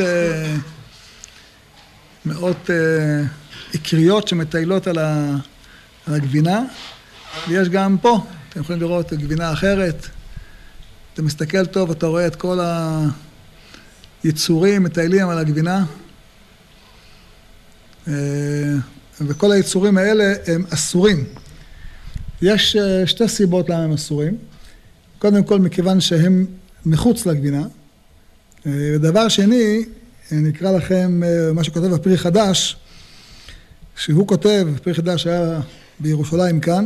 מאות עקריות שמטיילות על הגבינה, ויש גם פה, אתם יכולים לראות גבינה אחרת, אתה מסתכל טוב, אתה רואה את כל היצורים מטיילים על הגבינה, וכל היצורים האלה הם אסורים. יש שתי סיבות למה הם אסורים. קודם כל, מכיוון שהם מחוץ לגבינה. ודבר שני, נקרא לכם מה שכותב בפרי חדש, שהוא כותב, פרי חדש היה בירושלים כאן,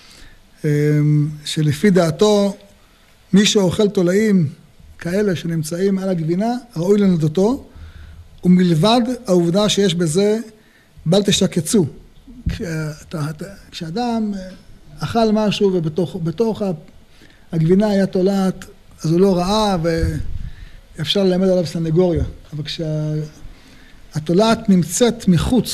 שלפי דעתו, מי שאוכל תולעים כאלה שנמצאים על הגבינה, ראוי לנדותו, ומלבד העובדה שיש בזה בל תשקצו. כשאדם אכל משהו ובתוך הגבינה היה תולעת, אז הוא לא ראה ואפשר ללמד עליו סנגוריה. אבל כשהתולעת נמצאת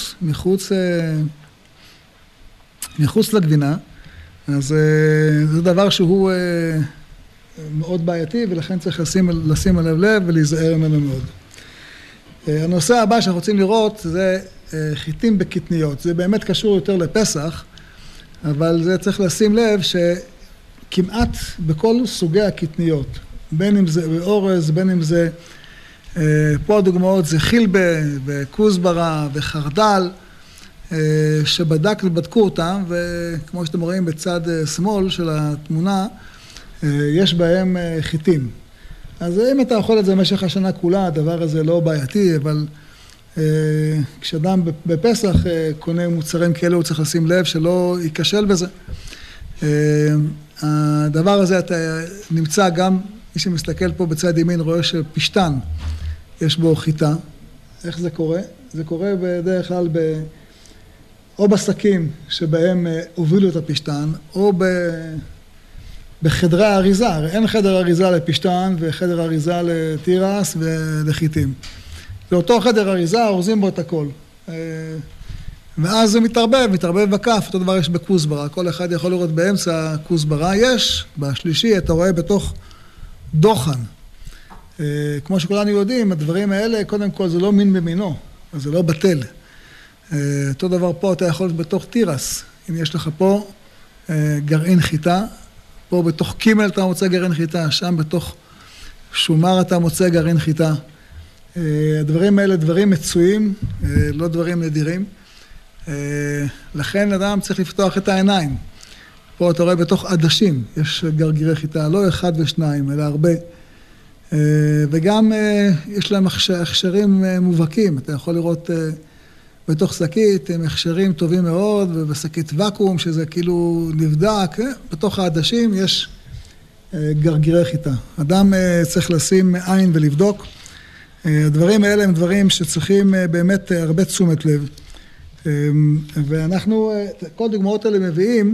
מחוץ לגבינה, אז זה דבר שהוא מאוד בעייתי, ולכן צריך לשים עליו לב ולהיזהר ממנו מאוד. הנושא הבא שאנחנו רוצים לראות זה חיטים בקטניות. זה באמת קשור יותר לפסח, אבל זה צריך לשים לב שכמעט בכל סוגי הקטניות, בין אם זה באורז, בין אם זה, פה הדוגמאות זה חילבה וכוסברה וחרדל, שבדקו אותם, וכמו שאתם רואים בצד שמאל של התמונה, יש בהם חיטים. אז אם אתה אוכל את זה במשך השנה כולה, הדבר הזה לא בעייתי, אבל כשאדם בפסח קונה מוצרים כאלה, הוא צריך לשים לב שלא ייכשל בזה. הדבר הזה אתה נמצא גם, מי שמסתכל פה בצד ימין רואה שפשטן, יש בו חיטה. איך זה קורה? זה קורה בדרך כלל או בשקים שבהם הובילו את הפשטן, או בחדרי האריזה. אין חדר אריזה לפשטן וחדר אריזה לתירס ולחיטים. באותו חדר אריזה אורזים בו את הכל. ואז זה מתערבב בכף, אותו דבר יש בכוסברה. כל אחד יכול לראות באמצע כוסברה. יש, בשלישי אתה רואה בתוך דוחן. כמו שכולנו יודעים, הדברים האלה, קודם כל זה לא מין במינו, אז זה לא בטל. אותו דבר פה אתה יכול בתוך תירס. אם יש לך פה גרעין חיטה, פה בתוך קימל אתה מוצא גרעין חיטה, שם בתוך שומר אתה מוצא גרעין חיטה. הדברים האלה דברים מצויים, לא דברים נדירים. לכן אדם צריך לפתוח את העיניים. פה אתה רואה בתוך עדשים, יש גרגירי חיטה, לא אחד ושניים, אלא הרבה. וגם יש להם הכשרים מובהקים. אתה יכול לראות בתוך שקית, הם הכשרים טובים מאוד, ובשקית וקום, שזה כאילו נבדק, בתוך העדשים יש גרגירי חיטה. אדם צריך לשים עין ולבדוק. הדברים האלה הם דברים שצריכים באמת הרבה תשומת לב. ואנחנו, כל דוגמאות האלה מביאים,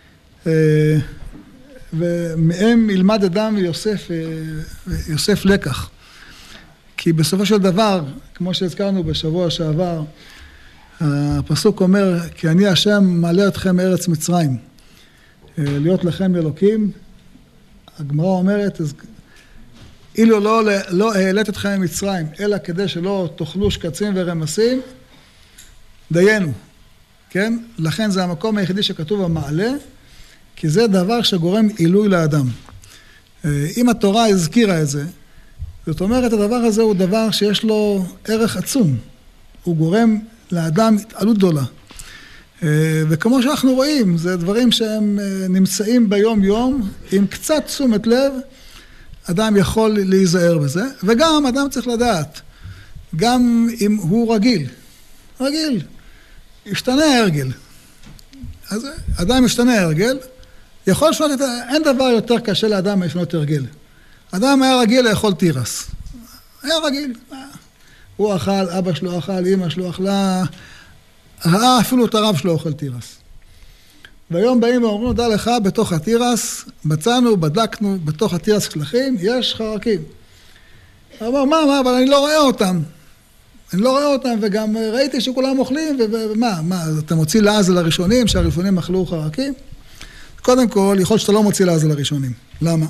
ומהם ילמד אדם ויוסף לקח. כי בסופו של דבר, כמו שהזכרנו בשבוע שעבר, הפסוק אומר, כי אני השם מעלה אתכם מארץ מצרים, להיות לכם אלוקים. הגמרא אומרת, אילו לא העלית אתכם ממצרים, אלא כדי שלא תאכלו שקצים ורמסים, דיינו, כן? לכן זה המקום היחידי שכתוב המעלה, כי זה דבר שגורם עילוי לאדם. אם התורה הזכירה את זה, זאת אומרת, הדבר הזה הוא דבר שיש לו ערך עצום. הוא גורם לאדם התעלות גדולה. וכמו שאנחנו רואים, זה דברים שהם נמצאים ביום יום, עם קצת תשומת לב, אדם יכול להיזהר בזה, וגם אדם צריך לדעת, גם אם הוא רגיל, ישתנה הרגל. אז אדם ישתנה הרגל, יכול לשנות אין דבר יותר קשה לאדם לשנות הרגל. אדם היה רגיל לאכול תירס. היה רגיל. הוא אכל, אבא שלו אכל, אמא שלו אכלה, ראה אפילו את הרב שלו אוכל תירס. והיום באים ואומרים, דע לך, בתוך התירס, מצאנו, בדקנו, בתוך התירס קלחים, יש חרקים. הוא אמר, מה, אבל אני לא רואה אותם. אני לא רואה אותם, וגם ראיתי שכולם אוכלים, ומה, אתה מוציא לעז לראשונים, שהראשונים אכלו חרקים? קודם כל, יכול שאתה לא מוציא לעז לראשונים. למה?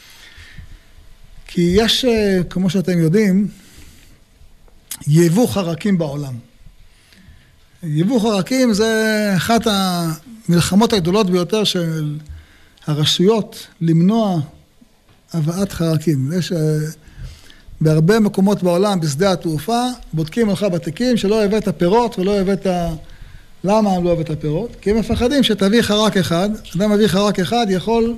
כי יש, כמו שאתם יודעים, יבוא חרקים בעולם. יבוא חרקים זה אחת המלחמות הגדולות ביותר של הרשויות למנוע הבאת חרקים. יש בהרבה מקומות בעולם, בשדה התעופה, בודקים לך בתיקים שלא הבאת פירות ולא הבאת... למה הם לא הבאת פירות? כי הם מפחדים שתביא חרק אחד, אדם מביא חרק אחד יכול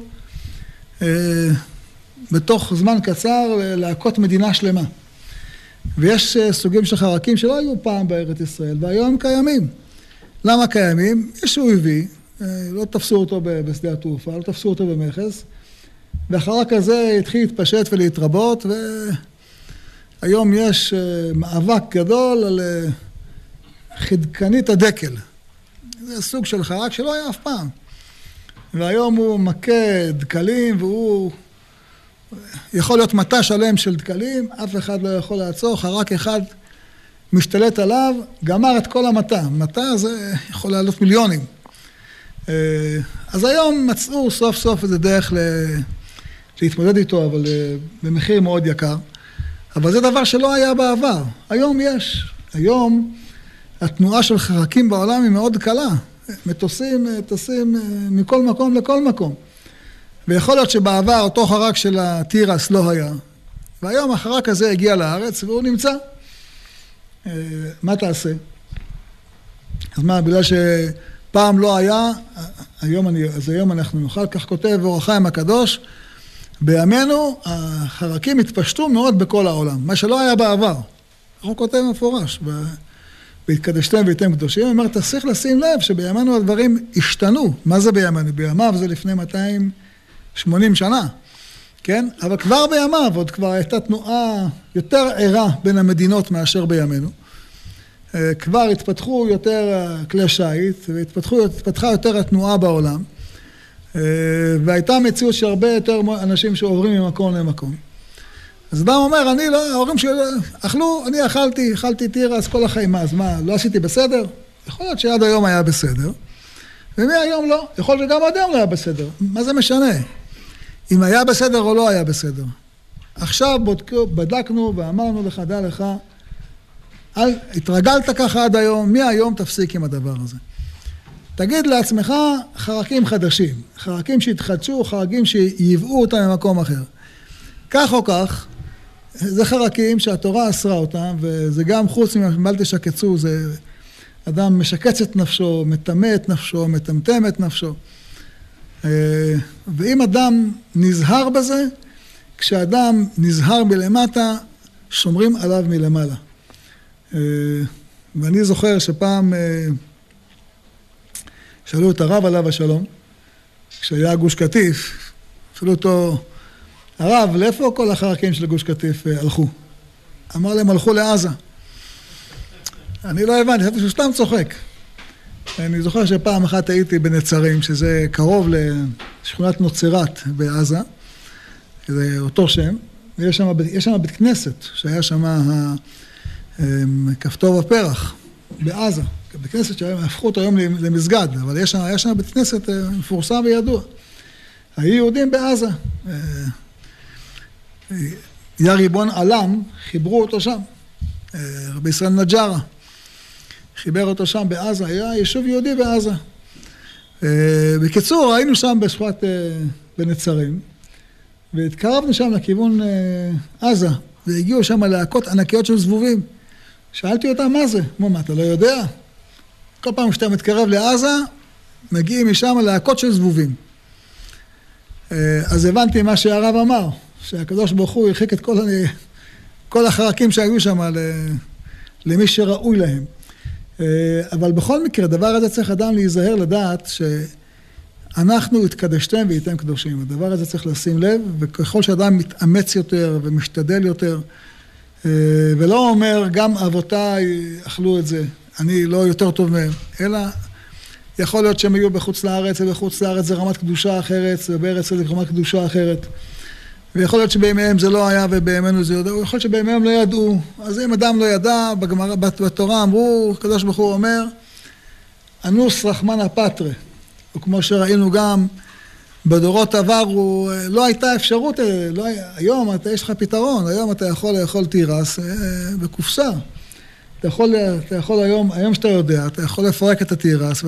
בתוך זמן קצר להכות מדינה שלמה. ויש סוגים של חרקים שלא היו פעם בארץ ישראל, והיום קיימים. למה קיימים? מישהו הביא, לא תפסו אותו בשדה התעופה, לא תפסו אותו במכס, והחרק הזה התחיל להתפשט ולהתרבות, והיום יש מאבק גדול על חדקנית הדקל. זה סוג של חרק שלא היה אף פעם. והיום הוא מכה דקלים, והוא יכול להיות מטה שלם של דקלים, אף אחד לא יכול לעצור, חרק אחד משתלט עליו, גמר את כל המטה. מטה זה יכול לעלות מיליונים. אז היום מצאו סוף סוף איזה דרך להתמודד איתו, אבל במחיר מאוד יקר. אבל זה דבר שלא היה בעבר. היום יש. היום התנועה של חרקים בעולם היא מאוד קלה. מטוסים טסים מכל מקום לכל מקום. ויכול להיות שבעבר אותו חרק של התירס לא היה. והיום החרק הזה הגיע לארץ והוא נמצא. מה תעשה? אז מה, בגלל שפעם לא היה, אז היום אנחנו נוכל, כך כותב אור החיים הקדוש, בימינו החרקים התפשטו מאוד בכל העולם, מה שלא היה בעבר. הוא כותב מפורש, והתקדשתם והייתם קדושים, הוא אומר, צריך לשים לב שבימינו הדברים השתנו. מה זה בימינו? בימיו זה לפני 280 שנה, כן? אבל כבר בימיו, עוד כבר הייתה תנועה יותר ערה בין המדינות מאשר בימינו. כבר התפתחו יותר כלי שיט, והתפתחה יותר התנועה בעולם, והייתה מציאות של הרבה יותר אנשים שעוברים ממקום למקום. אז אדם אומר, ההורים שלי אכלו, אני אכלתי תירס כל החיים, אז מה, לא עשיתי בסדר? יכול להיות שעד היום היה בסדר, ומהיום לא, יכול להיות שגם עד היום לא היה בסדר. מה זה משנה? אם היה בסדר או לא היה בסדר. עכשיו בדקנו ואמרנו לך, דע לך, התרגלת ככה עד היום, מהיום תפסיק עם הדבר הזה. תגיד לעצמך חרקים חדשים, חרקים שהתחדשו, חרקים שיבאו אותם ממקום אחר. כך או כך, זה חרקים שהתורה אסרה אותם, וזה גם חוץ מבל תשקצו, זה אדם משקץ את נפשו, מטמא את נפשו, מטמטם את נפשו. ואם אדם נזהר בזה, כשאדם נזהר מלמטה, שומרים עליו מלמעלה. ואני זוכר שפעם שאלו את הרב עליו השלום, כשהיה גוש קטיף, שאלו אותו, הרב, לאיפה כל החרקים של גוש קטיף הלכו? אמר להם, הלכו לעזה. אני לא הבנתי, חשבתי שהוא סתם צוחק. אני זוכר שפעם אחת הייתי בנצרים, שזה קרוב לשכונת נוצרת בעזה, זה אותו שם, ויש שם בית כנסת, שהיה שם כפתור הפרח בעזה. בית כנסת שהפכו אותו היום למסגד, אבל היה שם בית כנסת מפורסם וידוע. היו יהודים בעזה. יא ריבון עלם, חיברו אותו שם. רבי ישראל נג'רה. חיבר אותו שם בעזה, היה יישוב יהודי בעזה. בקיצור, היינו שם בשפת בנצרים, והתקרבנו שם לכיוון עזה, והגיעו שם להקות ענקיות של זבובים. שאלתי אותם מה זה? מה, אתה לא יודע? כל פעם שאתה מתקרב לעזה, מגיעים משם להקות של זבובים. אז הבנתי מה שהרב אמר, שהקדוש ברוך הוא הרחיק את כל החרקים שהיו שם למי שראוי להם. אבל בכל מקרה, דבר הזה צריך אדם להיזהר לדעת שאנחנו התקדשתם והייתם קדושים. הדבר הזה צריך לשים לב, וככל שאדם מתאמץ יותר ומשתדל יותר, ולא אומר, גם אבותיי אכלו את זה, אני לא יותר טוב מהם, אלא יכול להיות שהם היו בחוץ לארץ, ובחוץ לארץ זה רמת קדושה אחרת, ובארץ זה רמת קדושה אחרת. ויכול להיות שבימיהם זה לא היה ובימינו זה יודע, ויכול להיות שבימיהם לא ידעו. אז אם אדם לא ידע, בתורה אמרו, הקדוש ברוך הוא אומר, אנוס רחמנא פטרי. וכמו שראינו גם בדורות עברו, לא הייתה אפשרות, היום יש לך פתרון, היום אתה יכול לאכול תירס בקופסה. אתה יכול היום שאתה יודע, אתה יכול לפרק את התירס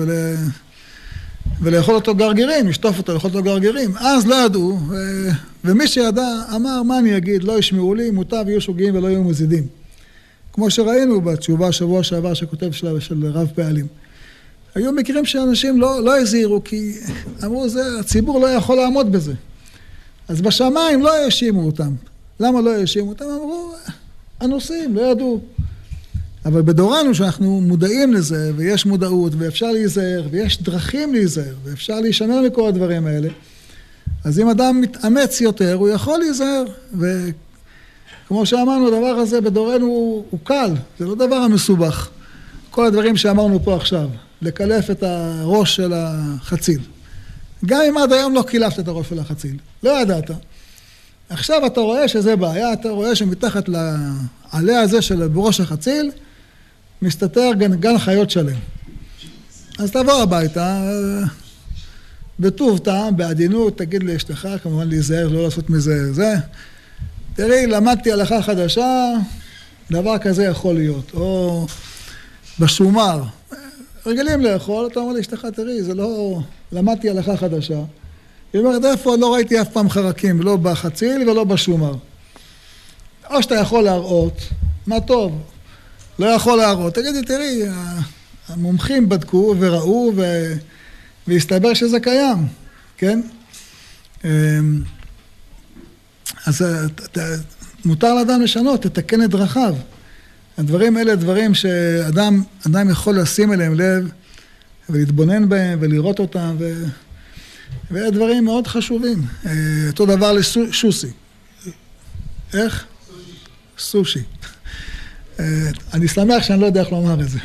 ולאכול אותו גרגירים, לשטוף אותו, לאכול אותו גרגירים. אז לא ידעו, ומי שידע אמר, מה אני אגיד, לא ישמעו לי, מוטב יהיו שוגעים ולא יהיו מזידים. כמו שראינו בתשובה שבוע שעבר שכותב של רב פעלים. היו מקרים שאנשים לא הזהירו, כי אמרו, הציבור לא יכול לעמוד בזה. אז בשמיים לא האשימו אותם. למה לא האשימו אותם? אמרו, הנוסעים, לא ידעו. אבל בדורנו שאנחנו מודעים לזה, ויש מודעות, ואפשר להיזהר, ויש דרכים להיזהר, ואפשר להישמר מכל הדברים האלה, אז אם אדם מתאמץ יותר, הוא יכול להיזהר. וכמו שאמרנו, הדבר הזה בדורנו הוא קל, זה לא דבר המסובך. כל הדברים שאמרנו פה עכשיו, לקלף את הראש של החציל. גם אם עד היום לא קילפת את הראש של החציל, לא ידעת. עכשיו אתה רואה שזה בעיה, אתה רואה שמתחת לעלה הזה של בראש החציל, מסתתר גן חיות שלם. אז תבוא הביתה, בטוב טעם, בעדינות, תגיד לאשתך, כמובן להיזהר, לא לעשות מזה זה. תראי, למדתי הלכה חדשה, דבר כזה יכול להיות. או בשומר, רגילים לאכול, אתה אומר לאשתך, תראי, זה לא... למדתי הלכה חדשה. היא אומרת, איפה? לא ראיתי אף פעם חרקים, לא בחציל ולא בשומר. או שאתה יכול להראות, מה טוב, לא יכול להראות. תגידי, תראי, המומחים בדקו וראו והסתבר שזה קיים, כן? אז מותר לאדם לשנות, תתקן את דרכיו. הדברים האלה דברים שאדם יכול לשים אליהם לב ולהתבונן בהם ולראות אותם ואלה דברים מאוד חשובים. אותו דבר לשוסי. איך? סושי. אני שמח שאני לא יודע איך לומר את זה.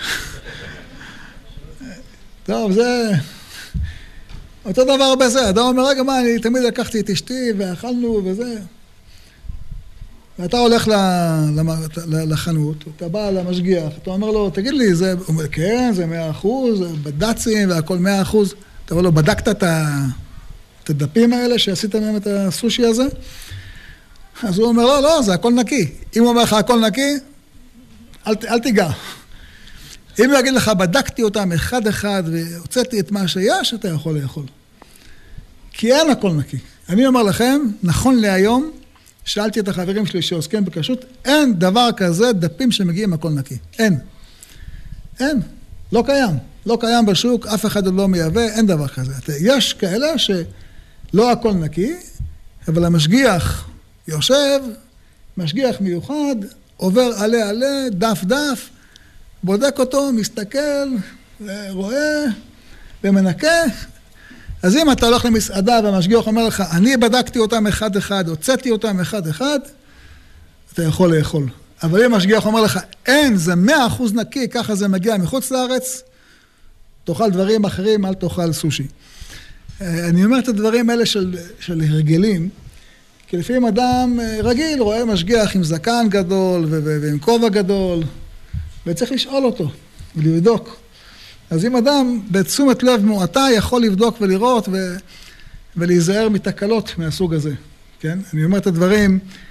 טוב, זה... אותו דבר בזה. אדם אומר, רגע, מה, אני תמיד לקחתי את אשתי ואכלנו וזה. ואתה הולך לחנות, אתה בא למשגיח, אתה אומר לו, תגיד לי, זה... הוא אומר, כן, זה 100%, בד"צים והכל 100%. אתה אומר לו, בדקת את הדפים האלה שעשית מהם את הסושי הזה? אז הוא אומר, לא, זה הכל נקי. אם הוא אומר לך הכל נקי, אל תיגע. אם הוא יגיד לך, בדקתי אותם אחד והוצאתי את מה שיש, אתה יכול לאכול. כי אין הכל נקי. אני אומר לכם, נכון להיום, שאלתי את החברים שלי שעוסקים בכשרות, אין דבר כזה דפים שמגיעים הכל נקי. אין. לא קיים. לא קיים בשוק, אף אחד לא מייבא, אין דבר כזה. יש כאלה שלא הכל נקי, אבל המשגיח יושב, משגיח מיוחד, עובר עלה, דף, בודק אותו, מסתכל, רואה ומנקה. אז אם אתה הולך למסעדה והמשגיח אומר לך, אני בדקתי אותם אחד, הוצאתי אותם אחד, אתה יכול לאכול. אבל אם המשגיח אומר לך, אין, זה 100% נקי, ככה זה מגיע מחוץ לארץ, תאכל דברים אחרים, אל תאכל סושי. אני אומר את הדברים האלה של הרגלים, כי לפעמים אדם רגיל רואה משגיח עם זקן גדול ועם כובע גדול, וצריך לשאול אותו ולבדוק. אז אם אדם בתשומת לב מועטה יכול לבדוק ולראות ולהיזהר מתקלות מהסוג הזה, כן? אני אומר את הדברים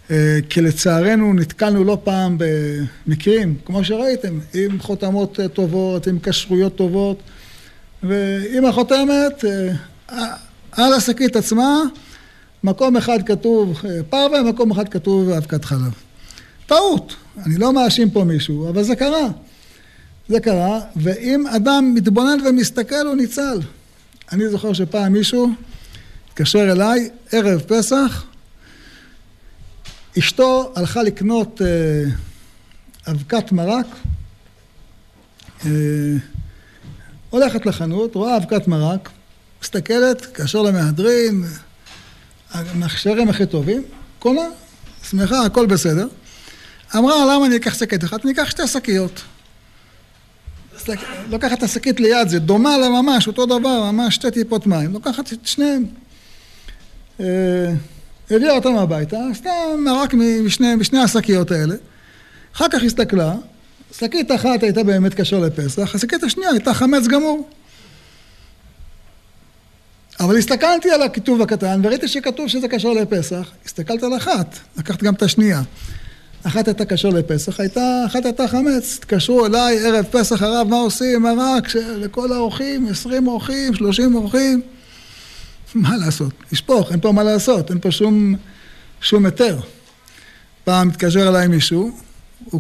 כי לצערנו נתקלנו לא פעם במקרים, כמו שראיתם, עם חותמות טובות, עם כשרויות טובות, ועם החותמת, על השקית עצמה, מקום אחד כתוב פרווה, מקום אחד כתוב אבקת חלב. טעות, אני לא מאשים פה מישהו, אבל זה קרה. זה קרה, ואם אדם מתבונן ומסתכל, הוא ניצל. אני זוכר שפעם מישהו התקשר אליי, ערב פסח, אשתו הלכה לקנות אבקת מרק, הולכת לחנות, רואה אבקת מרק, מסתכלת, כאשר למהדרין, המכשירים הכי טובים, קונה, שמחה, הכל בסדר. אמרה, למה אני אקח שקית אחת? אני אקח 2 שקיות. לוקחת את השקית ליד, זה דומה לה ממש, אותו דבר, ממש 2 טיפות מים. לוקחת את שניהם. הביאה אותם הביתה, עשתה מרק משני השקיות האלה. אחר כך הסתכלה, שקית אחת הייתה באמת קשר לפסח, השקית השנייה הייתה חמץ גמור. אבל הסתכלתי על הכיתוב הקטן, וראיתי שכתוב שזה קשר לפסח. הסתכלת על אחת, לקחת גם את השנייה. אחת הייתה קשר לפסח, אחת הייתה חמץ. התקשרו אליי, ערב פסח הרב, מה עושים? מרק לכל האורחים, 20 אורחים, 30 אורחים. מה לעשות? לשפוך, אין פה מה לעשות, אין פה שום היתר. פעם התקשר אליי מישהו, הוא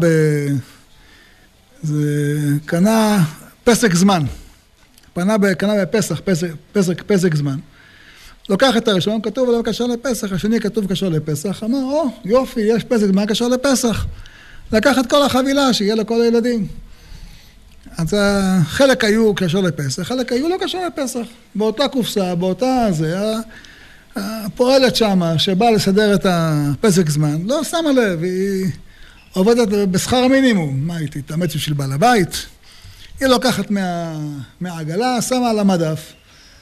קנה פסק זמן. קנה בפסח, פסק זמן. לוקח את הראשון, כתוב עליו קשר לפסח, השני כתוב קשר לפסח, אמר, יופי, יש פסק זמן קשר לפסח. לקח את כל החבילה, שיהיה לכל הילדים. אז חלק היו קשר לפסח, חלק היו לא קשר לפסח. באותה קופסה, באותה הפועלת שמה, שבאה לסדר את הפסק זמן, לא שמה לב, היא עובדת בשכר מינימום. מה, היא תתאמץ בשביל בעל הבית? היא לוקחת מהעגלה, שמה על המדף,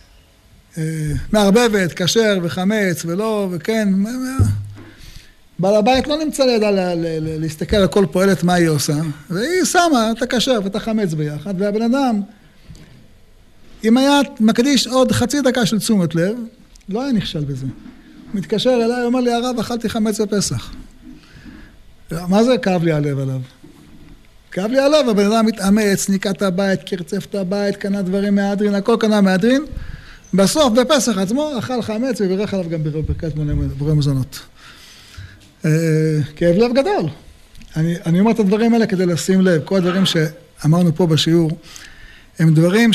מערבבת, כשר וחמץ ולא, וכן, בעל הבית לא נמצא לידה להסתכל על כל פועלת מה היא עושה, והיא שמה את הכשר ואת החמץ ביחד, והבן אדם, אם היה מקדיש עוד חצי דקה של תשומת לב, לא היה נכשל בזה. הוא מתקשר אליי, הוא אומר לי, הרב, אכלתי חמץ בפסח. מה זה? כאב לי הלב עליו. כאב לי עליו, הבן אדם מתאמץ, ניקה את הבית, קרצף את הבית, קנה דברים מהדרין, הכל קנה מהדרין. בסוף, בפסח עצמו, אכל חמץ ובירך עליו גם ברכת בורא מזונות. כאב לב גדול. אני אומר את הדברים האלה כדי לשים לב. כל הדברים שאמרנו פה בשיעור, הם דברים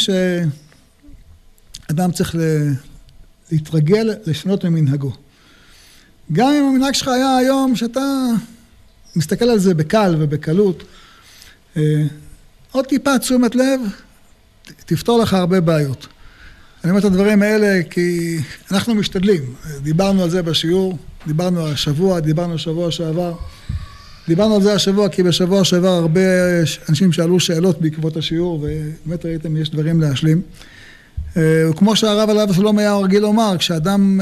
שאדם צריך להתרגל, לשנות ממנהגו. גם אם המנהג שלך היה היום שאתה מסתכל על זה בקל ובקלות, עוד טיפה תשומת לב, תפתור לך הרבה בעיות. אני אומר את הדברים האלה כי אנחנו משתדלים. דיברנו על זה בשיעור, דיברנו השבוע, דיברנו שבוע שעבר. דיברנו על זה השבוע כי בשבוע שעבר הרבה אנשים שאלו שאלות בעקבות השיעור, ובאמת ראיתם יש דברים להשלים. וכמו שהרב עליו השלום היה רגיל לומר, כשאדם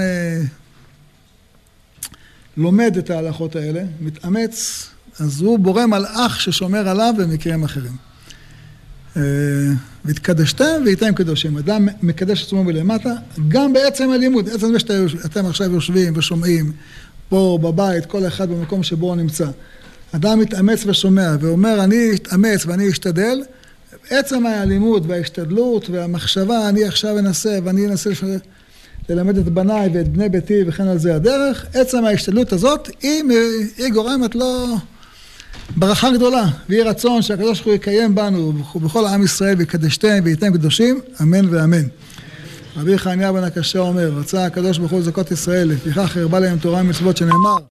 לומד את ההלכות האלה, מתאמץ, אז הוא בורא מלאך ששומר עליו במקרים אחרים. והתקדשתם והייתם קדושים. אדם מקדש עצמו מלמטה, גם בעצם הלימוד, עצם זה שאתם עכשיו יושבים ושומעים, פה בבית, כל אחד במקום שבו הוא נמצא. אדם מתאמץ ושומע ואומר, אני אתאמץ ואני אשתדל, עצם הלימוד וההשתדלות והמחשבה, אני עכשיו אנסה ואני אנסה ללמד את בניי ואת בני ביתי וכן על זה הדרך, עצם ההשתדלות הזאת, היא גורמת לו ברכה גדולה, ויהי רצון שהקדוש ברוך הוא יקיים בנו ובכל העם ישראל ויקדשתם וייתם קדושים, אמן ואמן. רבי חנינא בן עקשיא אומר, רצה הקדוש ברוך הוא לזכות ישראל, לפיכך הרבה להם תורה ומצוות שנאמר